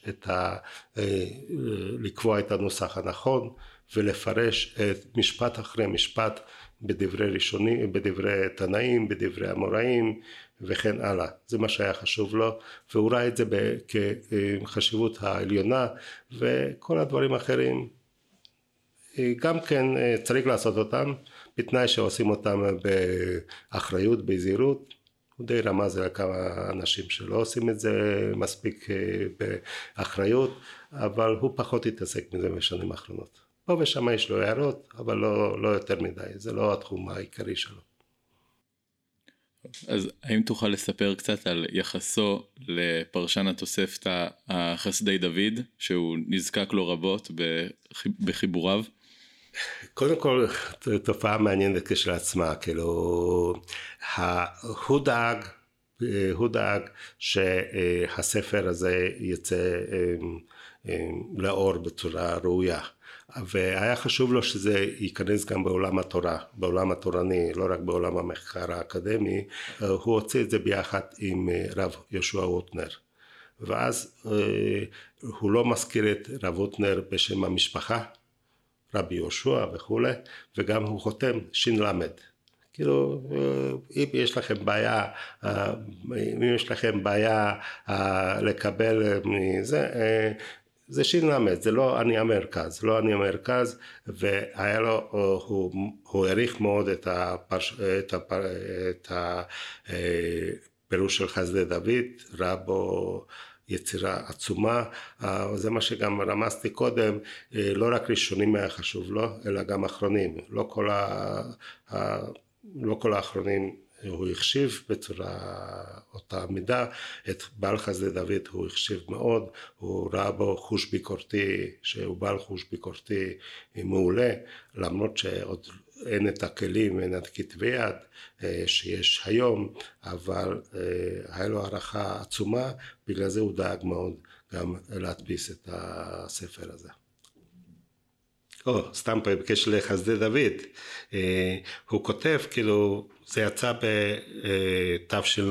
לקבוע את הנוסח הנכון, ולפרש את משפט אחרי משפט בדברי ראשונים, בדברי תנאים, בדברי אמוראים וכן הלאה. זה מה שהיה חשוב לו, והוא ראה את זה כחשיבות העליונה, וכל הדברים האחרים גם כן צריך לעשות אותם, בתנאי שעושים אותם באחריות, בזהירות. הוא די רמז על כמה אנשים שלא עושים את זה מספיק באחריות, אבל הוא פחות התעסק מזה בשנים האחרונות. פה ושם יש לו הערות, אבל לא יותר מדי, זה לא התחום העיקרי שלו. אז האם תוכל לספר קצת על יחסו לפרשן התוספתא החסדי דוד, שהוא נזקק לו רבות בחיבוריו? קודם כל, תופעה מעניינת כשלעצמה, כאילו, הוא דאג שהספר הזה יצא לאור בצורה ראויה. והיה חשוב לו שזה ייכנס גם בעולם התורה, בעולם התורני, לא רק בעולם המחקר האקדמי, הוא הוציא את זה ביחד עם רב יהושע רוטנר. ואז הוא לא מזכיר את רב רוטנר בשם המשפחה, רבי יהושע וכולי, וגם הוא חותם ש"ל. כאילו, אם יש לכם בעיה לקבל מזה, זה ש"ל, זה לא אני המרכז, והיה לו, הוא העריך מאוד את הפירוש של חסדי דוד, ראה בו יצירה עצומה, זה מה שגם רמזתי קודם, לא רק ראשונים היה חשוב לו, אלא גם אחרונים, לא כל האחרונים הוא החשיב בצורה אותה מידה, את בעל חסדי דוד הוא החשיב מאוד, הוא ראה בו חוש ביקורתי, שהוא בעל חוש ביקורתי מעולה, למרות שעוד אין את הכלים, אין את כתבי יד שיש היום, אבל היה לו הערכה עצומה, בגלל זה הוא דאג מאוד גם להדפיס את הספר הזה. סתם פה בקשר לחסדי דוד, הוא כותב, כאילו, זה יצא בתש"ל,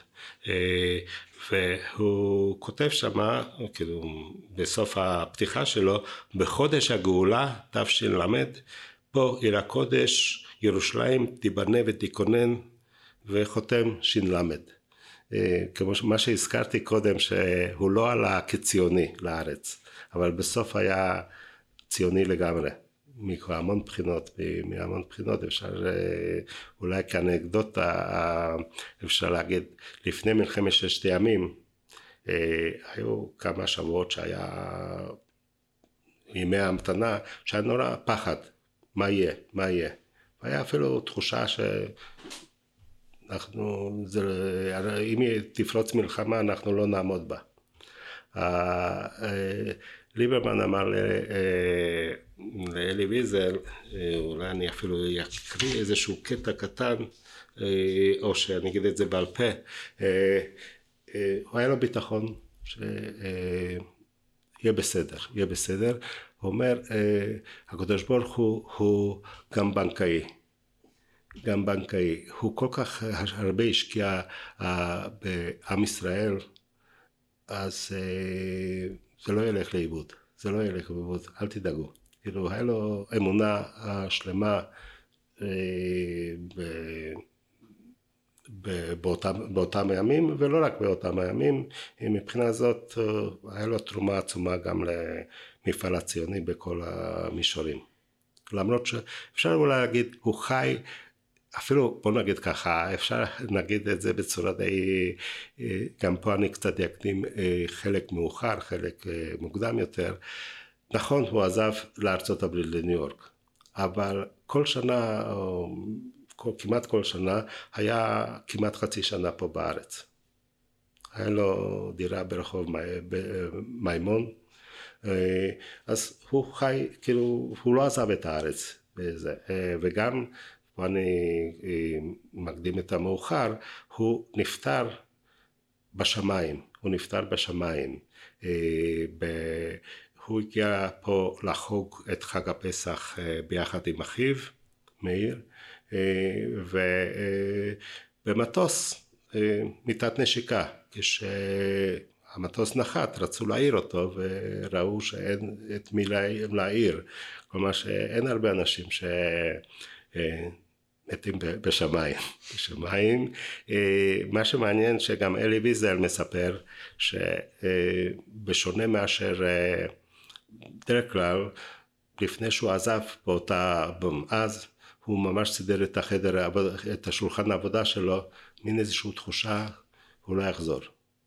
והוא כותב שמה, כאילו, בסוף הפתיחה שלו, בחודש הגאולה, תש"ל, פה עיר הקודש, ירושלים תיבנה ותיכונן, וחותם ש"ל. כמו מה שהזכרתי קודם, שהוא לא עלה כציוני לארץ, אבל בסוף היה ציוני לגמרי, מהמון בחינות, אפשר אולי כאנקדוטה, אפשר להגיד, לפני מלחמת ששת הימים, היו כמה שבועות שהיה ימי ההמתנה, שהיה נורא פחד, מה יהיה, והיה אפילו תחושה אם תפרוץ מלחמה אנחנו לא נעמוד בה. ליברמן אמר לאלי ויזל, אולי אני אפילו אקריא איזשהו קטע קטן, או שאני אגיד את זה בעל פה, הוא היה לו ביטחון שיהיה בסדר, הוא אומר, הקדוש ברוך הוא גם בנקאי, הוא כל כך הרבה השקיע בעם ישראל, אז זה לא ילך לאיבוד, אל תדאגו. כאילו, היה לו אמונה שלמה באותם הימים, ולא רק באותם הימים, מבחינה זאת היה לו תרומה עצומה גם למפעל הציוני בכל המישורים. למרות שאפשר אולי להגיד, הוא חי, אפילו בוא נגיד ככה, אפשר להגיד את זה בצורה די, גם פה אני קצת אקדים חלק מאוחר, חלק מוקדם יותר. נכון, הוא עזב לארצות הברית לניו יורק, אבל כל שנה, כמעט כל שנה, היה כמעט חצי שנה פה בארץ. היה לו דירה ברחוב מימון, אז הוא חי, כאילו, הוא לא עזב את הארץ, וגם, ואני מקדים את המאוחר, הוא נפטר בשמיים, הוא הגיע פה לחוג את חג הפסח ביחד עם אחיו, מאיר, ובמטוס מיטת נשיקה, כשהמטוס נחת רצו להעיר אותו וראו שאין את מי להעיר, כלומר שאין הרבה אנשים מתים בשמיים. מה שמעניין שגם אלי ויזל מספר שבשונה מאשר דרך כלל לפני שהוא עזב אז הוא ממש סידר את החדר, את השולחן העבודה שלו, מין איזושהי תחושה, הוא לא יחזור,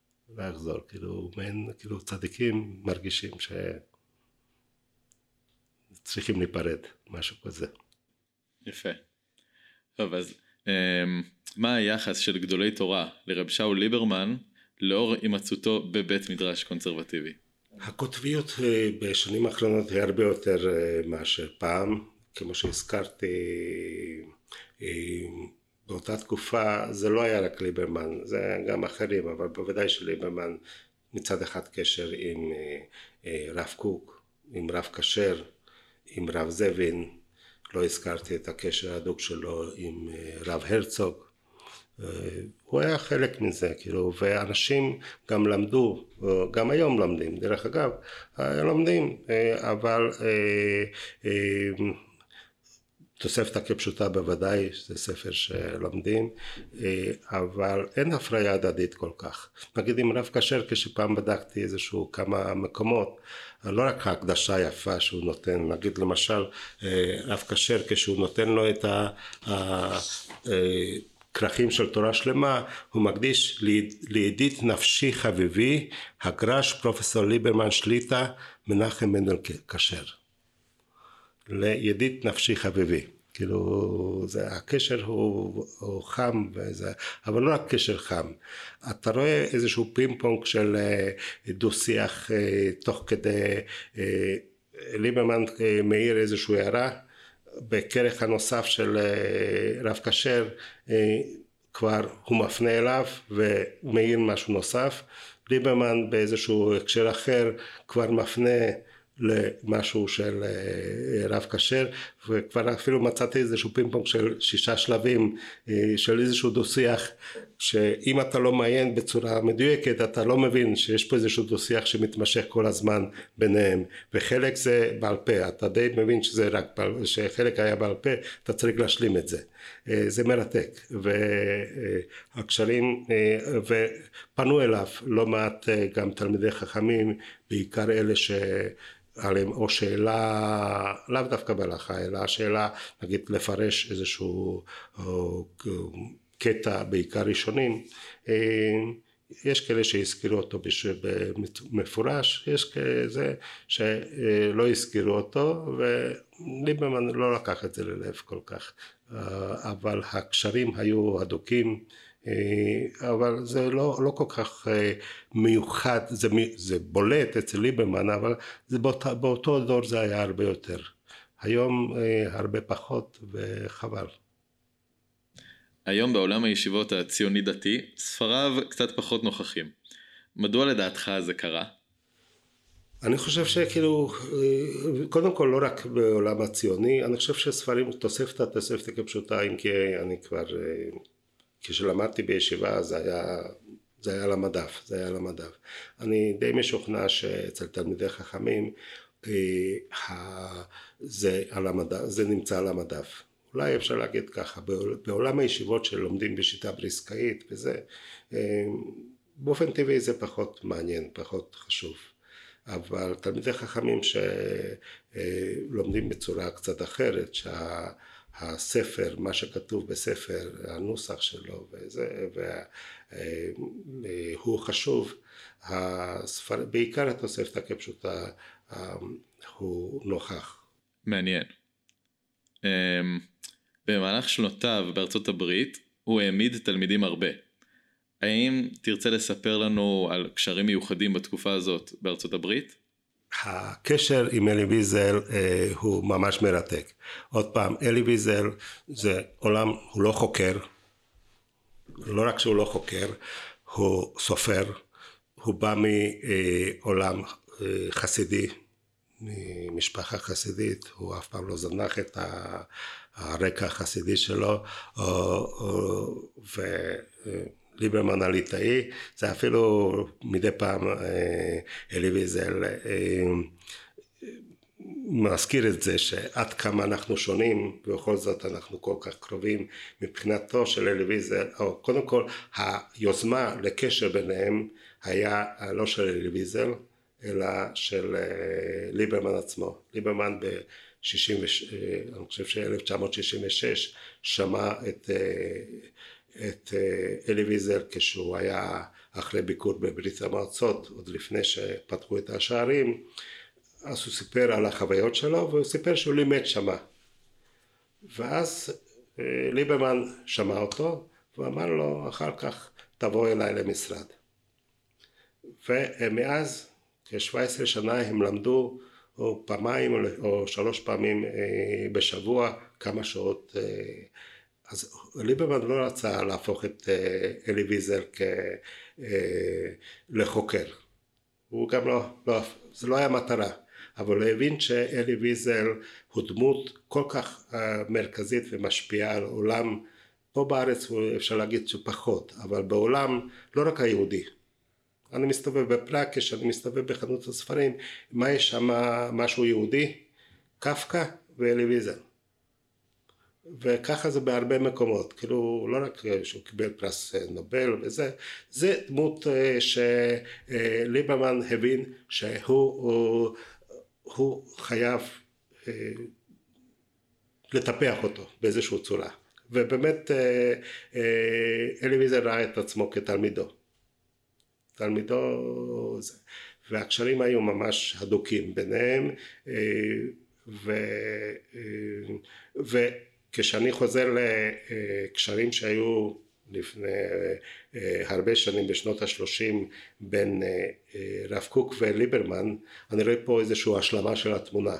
כאילו צדיקים מרגישים שצריכים להיפרד, משהו כזה. יפה. טוב, אז מה היחס של גדולי תורה לרב שאול ליברמן לאור הימצאותו בבית מדרש קונסרבטיבי? הקוטביות בשנים האחרונות היא הרבה יותר מאשר פעם, כמו שהזכרתי, באותה תקופה זה לא היה רק ליברמן, זה היה גם אחרים, אבל בוודאי שליברמן מצד אחד קשר עם רב קוק, עם רב כשר, עם רב זבין, לא הזכרתי את הקשר הדוק שלו עם רב הרצוג, הוא היה חלק מזה, כאילו, ואנשים גם למדו, גם היום למדים, דרך אגב, לומדים, אבל תוספתא כפשוטה בוודאי, זה ספר שלומדים, אבל אין הפריה הדדית כל כך. נגיד עם רב כשר, כשפעם בדקתי איזשהו כמה מקומות, לא רק ההקדשה היפה שהוא נותן, נגיד למשל רב כשר כשהוא נותן לו את כרכים של תורה שלמה, הוא מקדיש לידיד נפשי חביבי, הגר"ש פרופסור ליברמן שליט"א, מנחם מנדל כשר. לידיד נפשי חביבי, כאילו הקשר הוא חם וזה, אבל לא רק קשר חם, אתה רואה איזשהו פינג פונג של דו שיח תוך כדי, ליברמן מאיר איזשהו הערה, בכרך הנוסף של רב כשר כבר הוא מפנה אליו ומאיר משהו נוסף, ליברמן באיזשהו הקשר אחר כבר מפנה למשהו של רב כשר, וכבר אפילו מצאתי איזשהו פינג-פונג של 6 שלבים של איזשהו דו-שיח, שאם אתה לא מעיין בצורה מדויקת אתה לא מבין שיש פה איזשהו דו-שיח שמתמשך כל הזמן ביניהם, וחלק זה בעל פה, אתה די מבין שזה רק שחלק היה בעל פה, אתה צריך להשלים את זה, זה מרתק, והקשרים, ופנו אליו לא מעט גם תלמידי חכמים, בעיקר אלה עליהם או שאלה, לאו דווקא בהלכה, אלא השאלה, נגיד, לפרש איזשהו קטע בעיקר ראשונים, יש כאלה שהזכירו אותו במפורש, יש כאלה שלא הזכירו אותו, וליברמן לא לקח את זה ללב כל כך, אבל הקשרים היו הדוקים, אבל זה לא כל כך מיוחד, זה בולט אצל ליברמן, אבל באותו דור זה היה הרבה יותר. היום הרבה פחות וחבל. היום בעולם הישיבות הציוני דתי, ספריו קצת פחות נוכחים. מדוע לדעתך זה קרה? אני חושב שכאילו, קודם כל לא רק בעולם הציוני, אני חושב שספרים תוספתא כפשוטה, אם כי אני כבר, כשלמדתי בישיבה זה היה על המדף, אני די משוכנע שאצל תלמידי חכמים זה נמצא על המדף, אולי אפשר להגיד ככה, בעולם הישיבות שלומדים בשיטה בריסקאית וזה, באופן טבעי זה פחות מעניין, פחות חשוב. אבל תלמידי חכמים שלומדים בצורה קצת אחרת, שהספר, מה שכתוב בספר, הנוסח שלו וזה, הוא חשוב, בעיקר התוספתא כפשוטה הוא נוכח. מעניין. במהלך שנותיו בארצות הברית הוא העמיד תלמידים הרבה. האם תרצה לספר לנו על קשרים מיוחדים בתקופה הזאת בארצות הברית? הקשר עם אלי ויזל הוא ממש מרתק. עוד פעם, אלי ויזל זה עולם, הוא לא חוקר, לא רק שהוא לא חוקר, הוא סופר, הוא בא מעולם חסידי, ממשפחה חסידית, הוא אף פעם לא זנח את הרקע החסידי שלו, ליברמן הליטאי, זה אפילו מדי פעם אלי ויזל מזכיר את זה שעד כמה אנחנו שונים ובכל זאת אנחנו כל כך קרובים מבחינתו של אלי ויזל, או קודם כל היוזמה לקשר ביניהם היה לא של אלי ויזל אלא של ליברמן עצמו. ליברמן אני חושב ש-1966 שמע את אלי ויזל כשהוא היה אחרי ביקור בברית המועצות, עוד לפני שפתחו את השערים, אז הוא סיפר על החוויות שלו, והוא סיפר שהוא לימד שמה. ואז ליברמן שמע אותו, והוא אמר לו, אחר כך תבוא אליי למשרד. ומאז, כ-17 שנה הם למדו, או פעמיים או 3 פעמים בשבוע, כמה שעות. אז ליברמן לא רצה להפוך את אלי ויזל לחוקר. הוא גם זה לא היה מטרה. אבל הוא הבין שאלי ויזל הוא דמות כל כך מרכזית ומשפיעה על עולם. פה בארץ אפשר להגיד שפחות, אבל בעולם לא רק היהודי. אני מסתובב בפראג, כשאני מסתובב בחנות הספרים, מה יש שם משהו יהודי? קפקא ואלי ויזל. וככה זה בהרבה מקומות, כאילו לא רק שהוא קיבל פרס נובל וזה, זה דמות שליברמן הבין שהוא חייב לטפח אותו באיזושהי צורה. ובאמת אלי ויזל ראה את עצמו כתלמידו. זה. והקשרים היו ממש הדוקים ביניהם, וכשאני חוזר לקשרים שהיו לפני הרבה שנים בשנות ה-30 בין רב קוק וליברמן, אני רואה פה איזושהי השלמה של התמונה.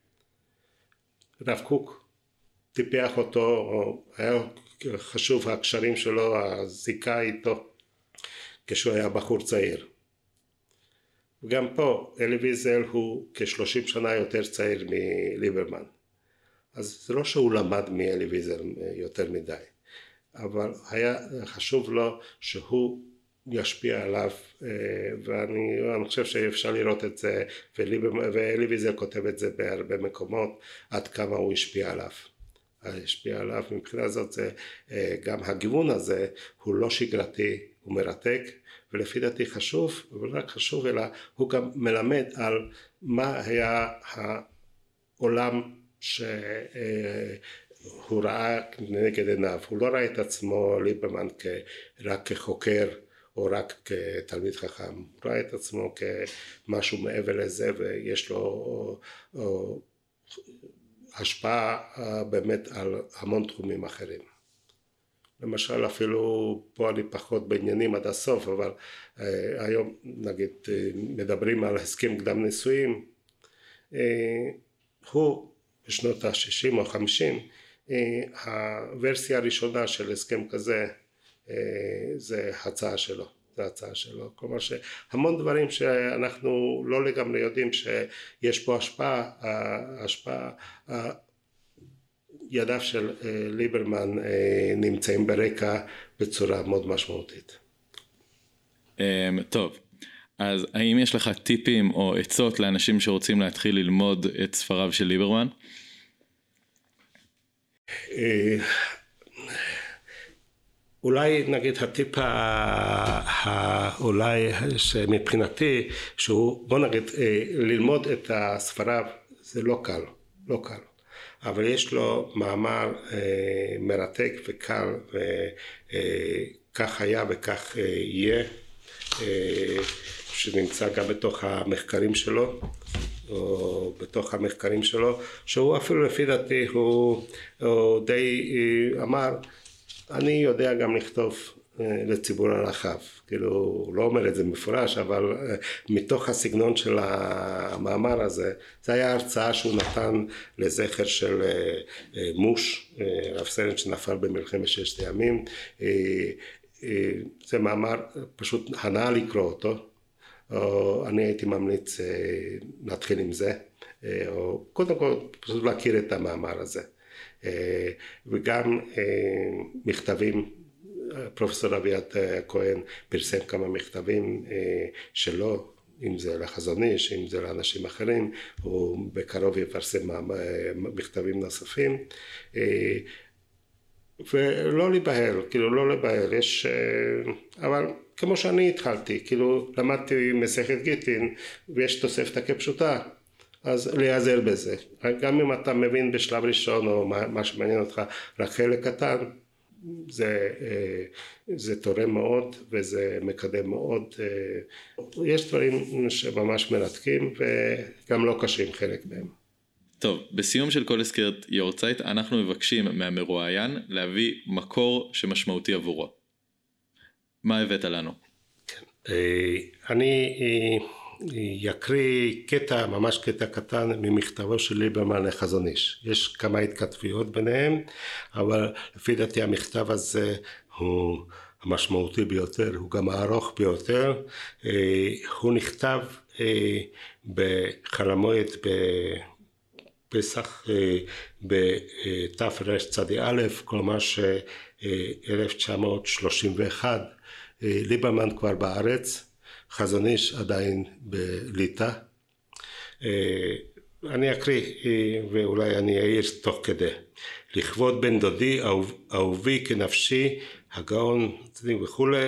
רב קוק טיפח אותו, היה חשוב הקשרים שלו, הזיקה איתו, כשהוא היה בחור צעיר. וגם פה אלי ויזל הוא כ-30 שנה יותר צעיר מליברמן. אז זה לא שהוא למד מאלי ויזל יותר מדי, אבל היה חשוב לו שהוא ישפיע עליו, ואני חושב שאפשר לראות את זה, ואלי ויזל כותב את זה בהרבה מקומות, עד כמה הוא השפיע עליו. מבחינה זאת זה, גם הגיוון הזה הוא לא שגרתי, הוא מרתק, ולפי דעתי חשוב, אבל רק חשוב, אלא הוא גם מלמד על מה היה העולם שהוא ראה נגד עיניו. הוא לא ראה את עצמו ליברמן רק כחוקר או רק כתלמיד חכם, הוא ראה את עצמו כמשהו מעבר לזה, ויש לו השפעה באמת על המון תחומים אחרים. למשל אפילו פה אני פחות בעניינים עד הסוף, אבל היום נגיד מדברים על הסכם קדם נישואים, הוא בשנות ה-60 או 50, הוורסיה הראשונה של הסכם כזה זה הצעה שלו, כלומר שהמון דברים שאנחנו לא לגמרי יודעים שיש פה השפעה, ידיו של ליברמן נמצאים ברקע בצורה מאוד משמעותית. טוב, אז האם יש לך טיפים או עצות לאנשים שרוצים להתחיל ללמוד את ספריו של ליברמן? אולי נגיד הטיפ אולי שמבחינתי, שהוא בוא נגיד ללמוד את הספריו זה לא קל, לא קל. אבל יש לו מאמר מרתק וקל, וכך היה וכך יהיה, שנמצא גם בתוך המחקרים שלו, או בתוך המחקרים שלו, שהוא אפילו לפי דעתי הוא די אמר, אני יודע גם לכתוב לציבור הרחב, כאילו הוא לא אומר את זה מפורש, אבל מתוך הסגנון של המאמר הזה, זה היה הרצאה שהוא נתן לזכר של מוש, רב סרן שנפל במלחמת ששת הימים, זה מאמר פשוט הנאה לקרוא אותו, אני הייתי ממליץ להתחיל עם זה, או קודם כל פשוט להכיר את המאמר הזה, וגם מכתבים, פרופסור אביעד כהן פרסם כמה מכתבים שלו, אם זה לחזון איש, אם זה לאנשים אחרים, הוא בקרוב יפרסם מכתבים נוספים, ולא להיבהל, כאילו לא להיבהל, יש, אבל כמו שאני התחלתי, כאילו למדתי מסכת גיטין ויש תוספתא כפשוטה, אז להיעזר בזה, גם אם אתה מבין בשלב ראשון או מה שמעניין אותך רק חלק קטן, זה תורם מאוד וזה מקדם מאוד, יש דברים שממש מרתקים וגם לא קשים חלק מהם. טוב, בסיום של כל הסקרת יורצייט אנחנו מבקשים מהמרואיין להביא מקור שמשמעותי עבורו. מה הבאת לנו? כן. אני יקריא קטע, ממש קטע קטן ממכתבו של ליברמן לחזון איש. יש כמה התכתבויות ביניהם, אבל לפי דעתי המכתב הזה הוא המשמעותי ביותר, הוא גם הארוך ביותר. הוא נכתב בחול המועד בפסח בתרצ"א, כלומר ש1931, ליברמן כבר בארץ, חזון איש עדיין בליטא. אני אקריא ואולי אני אעיר תוך כדי. לכבוד בן דודי אהובי כנפשי הגאון וכולי,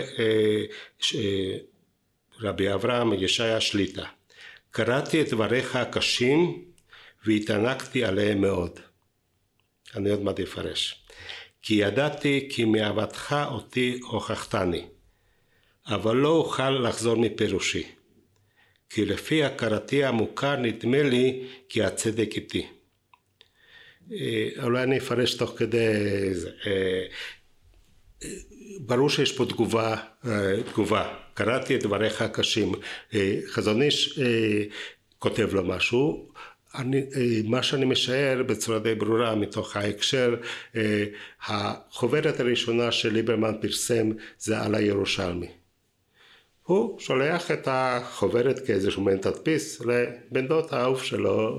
רבי אברהם ישעיה שליט"א. קראתי את דבריך הקשים והתענקתי עליהם מאוד. אני עוד מעט אפרש. כי ידעתי כי מאהבתך אותי הוכחתני, אבל לא אוכל לחזור מפירושי. כי לפי הכרתי המוכר נדמה לי כי הצדק איתי. אולי אני אפרש תוך כדי זה. ברור שיש פה תגובה. קראתי את דבריך הקשים. חזון איש כותב לו משהו. מה שאני משער בצורה די ברורה מתוך ההקשר, החוברת הראשונה של ליברמן פרסם זה על הירושלמי. הוא שולח את החוברת כאיזשהו מעין תדפיס לבן דוד האהוב שלו,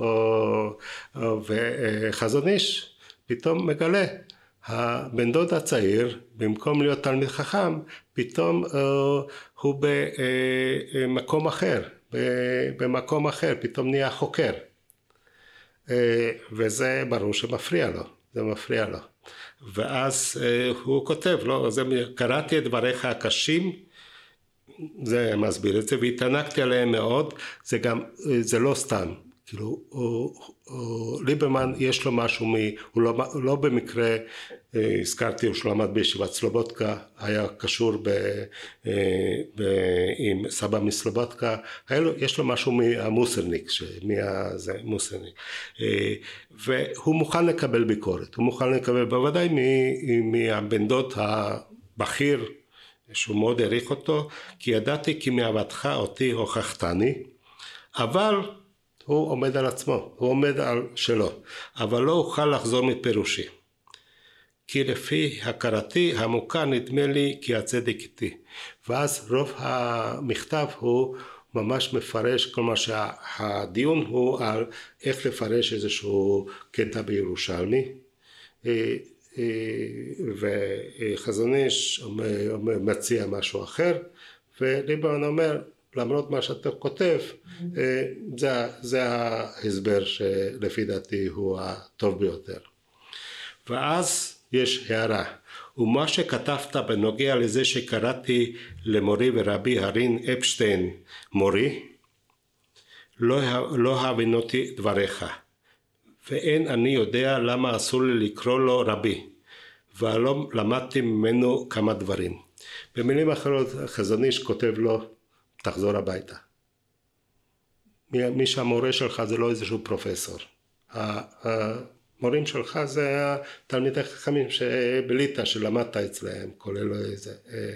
וחזון איש פתאום מגלה, הבן דוד הצעיר במקום להיות תלמיד חכם פתאום הוא במקום אחר, פתאום נהיה חוקר. וזה ברור שמפריע לו, זה מפריע לו. ואז הוא כותב לו, קראתי את דבריך הקשים, זה מסביר את זה, והתענקתי עליהם מאוד, זה לא סתם, כאילו, ליברמן יש לו משהו, הוא לא במקרה, הזכרתי, הוא שלמד בישיבת סלובודקה, היה קשור עם סבא מסלובודקה, יש לו משהו מהמוסרניק, מוסרניק, והוא מוכן לקבל ביקורת, הוא מוכן לקבל בוודאי מהבן דוד הבכיר, שהוא מאוד העריך אותו, כי ידעתי כי מאהבתך אותי הוכחתני, אבל הוא עומד על עצמו, הוא עומד על שלו, אבל לא אוכל לחזור מפירושי. כי לפי הכרתי המוכר נדמה לי כי הצדק איתי. ואז רוב המכתב הוא ממש מפרש, כלומר שהדיון הוא על איך לפרש איזשהו קטע בירושלמי, וחזון איש מציע משהו אחר, וליברמן אומר, למרות מה שאתה כותב, זה ההסבר שלפי דעתי הוא הטוב ביותר. ואז יש הערה. ומה שכתבת בנוגע לזה שקראתי למורי ורבי הרין אפשטיין מורי, לא הבינותי דבריך, ואין אני יודע למה אסור לי לקרוא לו רבי, ולא למדתי ממנו כמה דברים. במילים אחרות חזון איש כותב לו, תחזור הביתה. מי שהמורה שלך זה לא איזשהו פרופסור. המורים שלך זה התלמידי חכמים שבליטה שלמדת אצלהם, כולל איזה.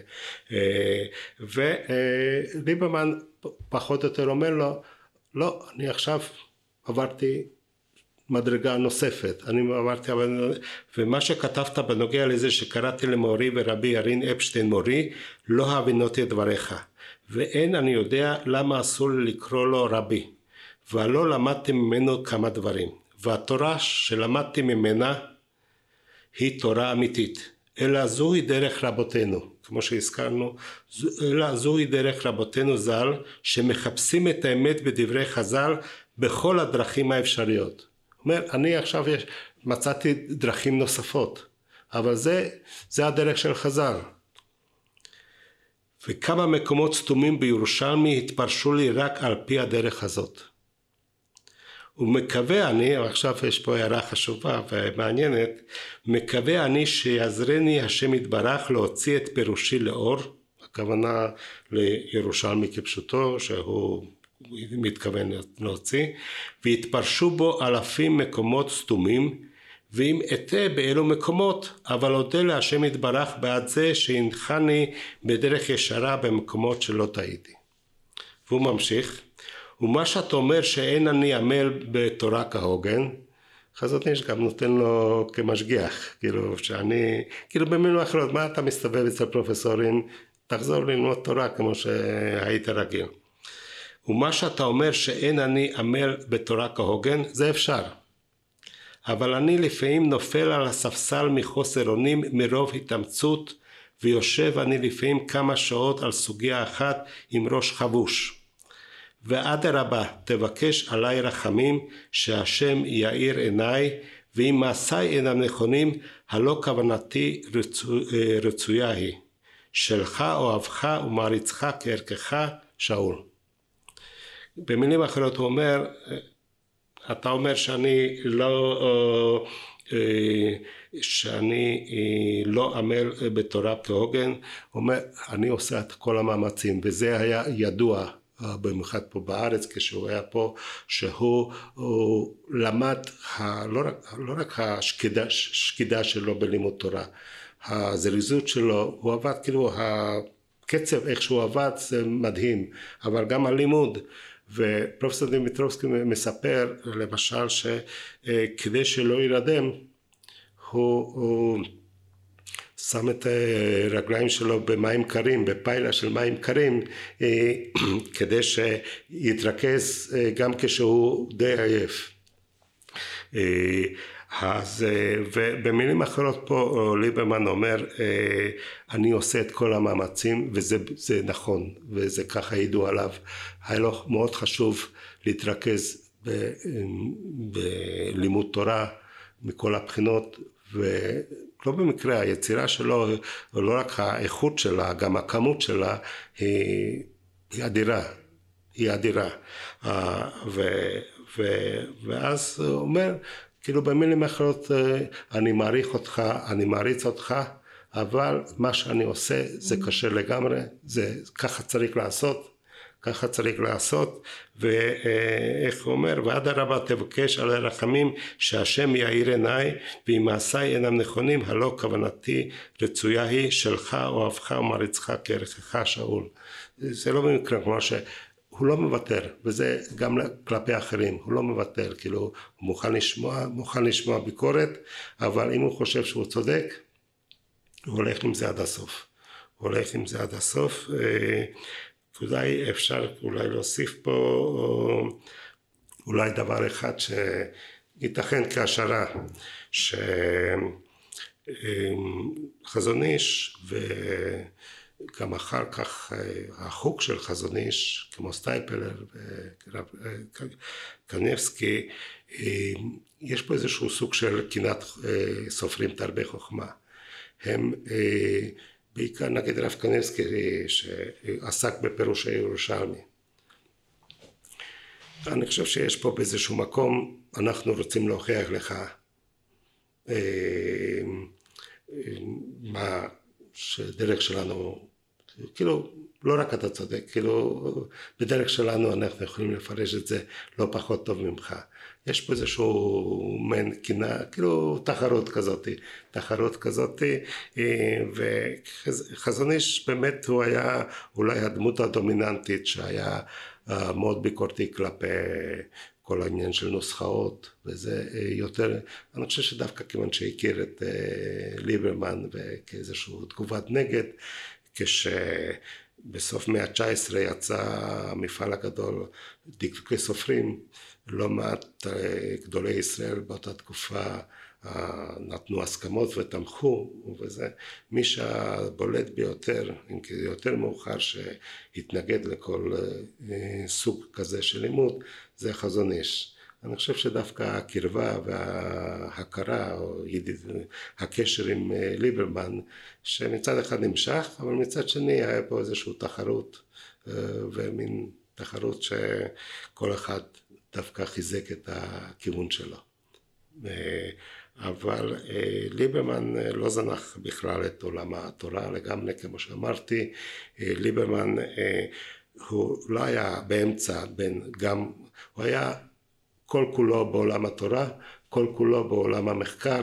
וליברמן פחות או יותר אומר לו, לא, אני עכשיו עברתי מדרגה נוספת, ומה שכתבת בנוגע לזה שקראתי למורי ורבי הרין אפשטיין מורי, לא הבינותי דבריך, ואין אני יודע למה אסור לי לקרוא לו רבי, ולא למדתי ממנו כמה דברים, והתורה שלמדתי ממנה היא תורה אמיתית, אלא זוהי דרך רבותינו, כמו שהזכרנו, אלא זוהי דרך רבותינו ז"ל, שמחפשים את האמת בדברי חז"ל בכל הדרכים האפשריות. אומר, אני עכשיו מצאתי דרכים נוספות, אבל זה הדרך של חז"ל. וכמה מקומות סתומים בירושלמי התפרשו לי רק על פי הדרך הזאת. ומקווה אני, עכשיו יש פה הערה חשובה ומעניינת, מקווה אני שיעזרני השם יתברך להוציא את פירושי לאור, הכוונה לירושלמי כפשוטו, שהוא מתכוון להוציא, והתפרשו בו אלפים מקומות סתומים, ואם אטעה באלו מקומות, אבל אודה להשם יתברך בעד זה שהנחני בדרך ישרה במקומות שלא טעיתי. והוא ממשיך, ומה שאתה אומר שאין אני עמל בתורה כהוגן, חזון איש גם נותן לו כמשגיח, כאילו במילים אחרות, מה אתה מסתובב אצל פרופסורים, תחזור ללמוד תורה כמו שהיית רגיל. ומה שאתה אומר שאין אני עמל בתורה כהוגן, זה אפשר. אבל אני לפעמים נופל על הספסל מחוסר אונים מרוב התאמצות, ויושב אני לפעמים כמה שעות על סוגיה אחת עם ראש חבוש. ואדרבה, תבקש עליי רחמים שהשם יאיר עיניי, ואם מעשיי אינם נכונים, הלא כוונתי רצויה היא. שלך אוהבך ומעריצך כערכך שאול. במילים אחרות הוא אומר, אתה אומר שאני לא עמל בתורה כהוגן, הוא אומר, אני עושה את כל המאמצים, וזה היה ידוע במיוחד פה בארץ כשהוא היה פה, שהוא למד לא רק השקידה שלו בלימוד תורה, הזריזות שלו, הוא עבד כאילו הקצב איך שהוא עבד זה מדהים, אבל גם הלימוד. ופרופסור דימיטרובסקי מספר למשל שכדי שלא יירדם הוא שם את הרגליים שלו במים קרים, בפיילה של מים קרים, כדי שיתרכז גם כשהוא די עייף. אז ובמילים אחרות פה ליברמן אומר, אני עושה את כל המאמצים, וזה נכון, וזה ככה ידעו עליו. היה לו מאוד חשוב להתרכז בלימוד תורה מכל הבחינות, ולא במקרה היצירה שלו, לא רק האיכות שלה, גם הכמות שלה היא אדירה, היא אדירה. ואז הוא אומר, כאילו במילים אחרות, אני מעריך אותך, אני מעריץ אותך, אבל מה שאני עושה זה קשה לגמרי, ככה צריך לעשות, ככה צריך לעשות, ואיך הוא אומר, ועד הרבה תבקש על הרחמים שהשם יאיר עיניי, ואם מעשיי אינם נכונים, הלא כוונתי רצויה היא שלך אוהבך ומעריצך כערכך שאול. זה לא במקרה כמו הוא לא מוותר, וזה גם כלפי אחרים, הוא לא מוותר, כאילו הוא מוכן לשמוע ביקורת, אבל אם הוא חושב שהוא צודק, הוא הולך עם זה עד הסוף. הוא הולך עם זה עד הסוף, אולי אפשר להוסיף פה, אולי דבר אחד שיתכן כהשערה, שחזון איש גם אחר כך החוג של חזון איש, כמו סטייפלר וקניבסקי, יש פה איזשהו סוג של קנאת סופרים תרבה חוכמה. הם בעיקר נגד רב קניבסקי שעסק בפירוש הירושלמי. אני חושב שיש פה באיזשהו מקום, אנחנו רוצים להוכיח לך מה שדרך שלנו, כאילו לא רק אתה צודק, כאילו בדרך שלנו אנחנו יכולים לפרש את זה לא פחות טוב ממך. יש פה איזשהו מן קינה, כאילו תחרות כזאת, וחזון איש באמת הוא היה אולי הדמות הדומיננטית שהיה מאוד ביקורתי כלפי כל העניין של נוסחאות, וזה יותר, אני חושב שדווקא כיוון שהכיר את ליברמן וכאיזושהי תגובת נגד, כשבסוף מאה ה-19 יצא המפעל הגדול דקדוקי סופרים, לא מעט גדולי ישראל באותה תקופה נתנו הסכמות ותמכו, וזה מי שהבולט ביותר, אם כי יותר מאוחר שהתנגד לכל סוג כזה של לימוד, זה חזון איש. אני חושב שדווקא הקרבה וההכרה, או הקשר עם ליברמן, שמצד אחד נמשך, אבל מצד שני היה פה איזושהי תחרות, ומין תחרות שכל אחד דווקא חיזק את הכיוון שלו. אבל ליברמן לא זנח בכלל את עולם התורה לגמרי, כמו שאמרתי. ליברמן הוא לא היה באמצע בין גם, הוא היה כל כולו בעולם התורה, כל כולו בעולם המחקר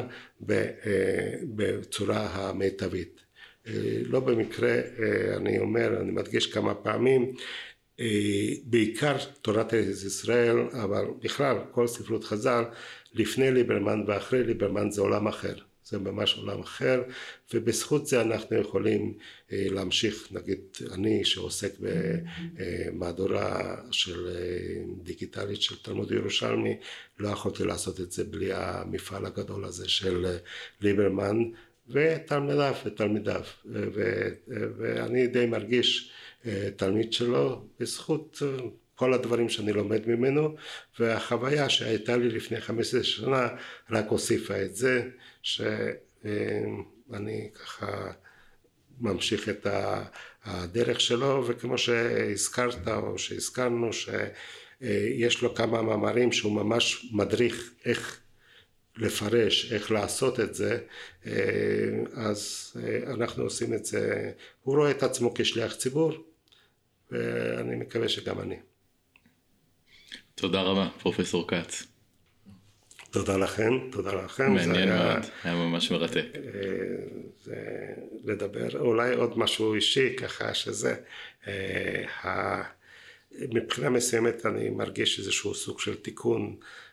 בצורה המיטבית. לא במקרה אני אומר, אני מדגיש כמה פעמים, בעיקר תורת ארץ ישראל, אבל בכלל כל ספרות חז"ל, לפני ליברמן ואחרי ליברמן זה עולם אחר, זה ממש עולם אחר, ובזכות זה אנחנו יכולים להמשיך, נגיד אני שעוסק במהדורה של דיגיטלית של תלמוד ירושלמי, לא יכולתי לעשות את זה בלי המפעל הגדול הזה של ליברמן ותלמידיו, ואני די מרגיש תלמיד שלו בזכות כל הדברים שאני לומד ממנו, והחוויה שהייתה לי לפני 15 שנה רק הוסיפה את זה, שאני ככה ממשיך את הדרך שלו, וכמו שהזכרת או שהזכרנו שיש לו כמה מאמרים שהוא ממש מדריך איך לפרש, איך לעשות את זה, אז אנחנו עושים את זה, הוא רואה את עצמו כשליח ציבור, ואני מקווה שגם אני. תודה רבה, פרופסור כץ. תודה לכם. מעניין מאוד, היה ממש מרתק. זה לדבר, אולי עוד משהו אישי, ככה שזה, מבחינה מסוימת אני מרגיש איזשהו סוג של תיקון,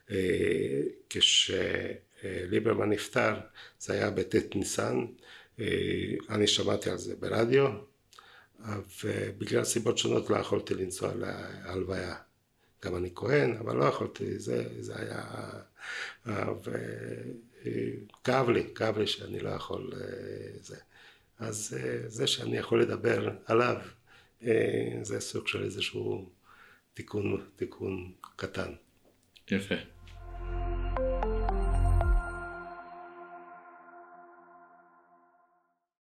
כשליברמן נפטר, זה היה בט' ניסן, אני שמעתי על זה ברדיו, ובגלל סיבות שונות לא יכולתי לנסוע להלוויה. גם אני כהן, אבל לא יכולתי, זה היה, וכאב לי שאני לא יכול, אז זה שאני יכול לדבר עליו, זה סוג של איזשהו תיקון קטן. יפה.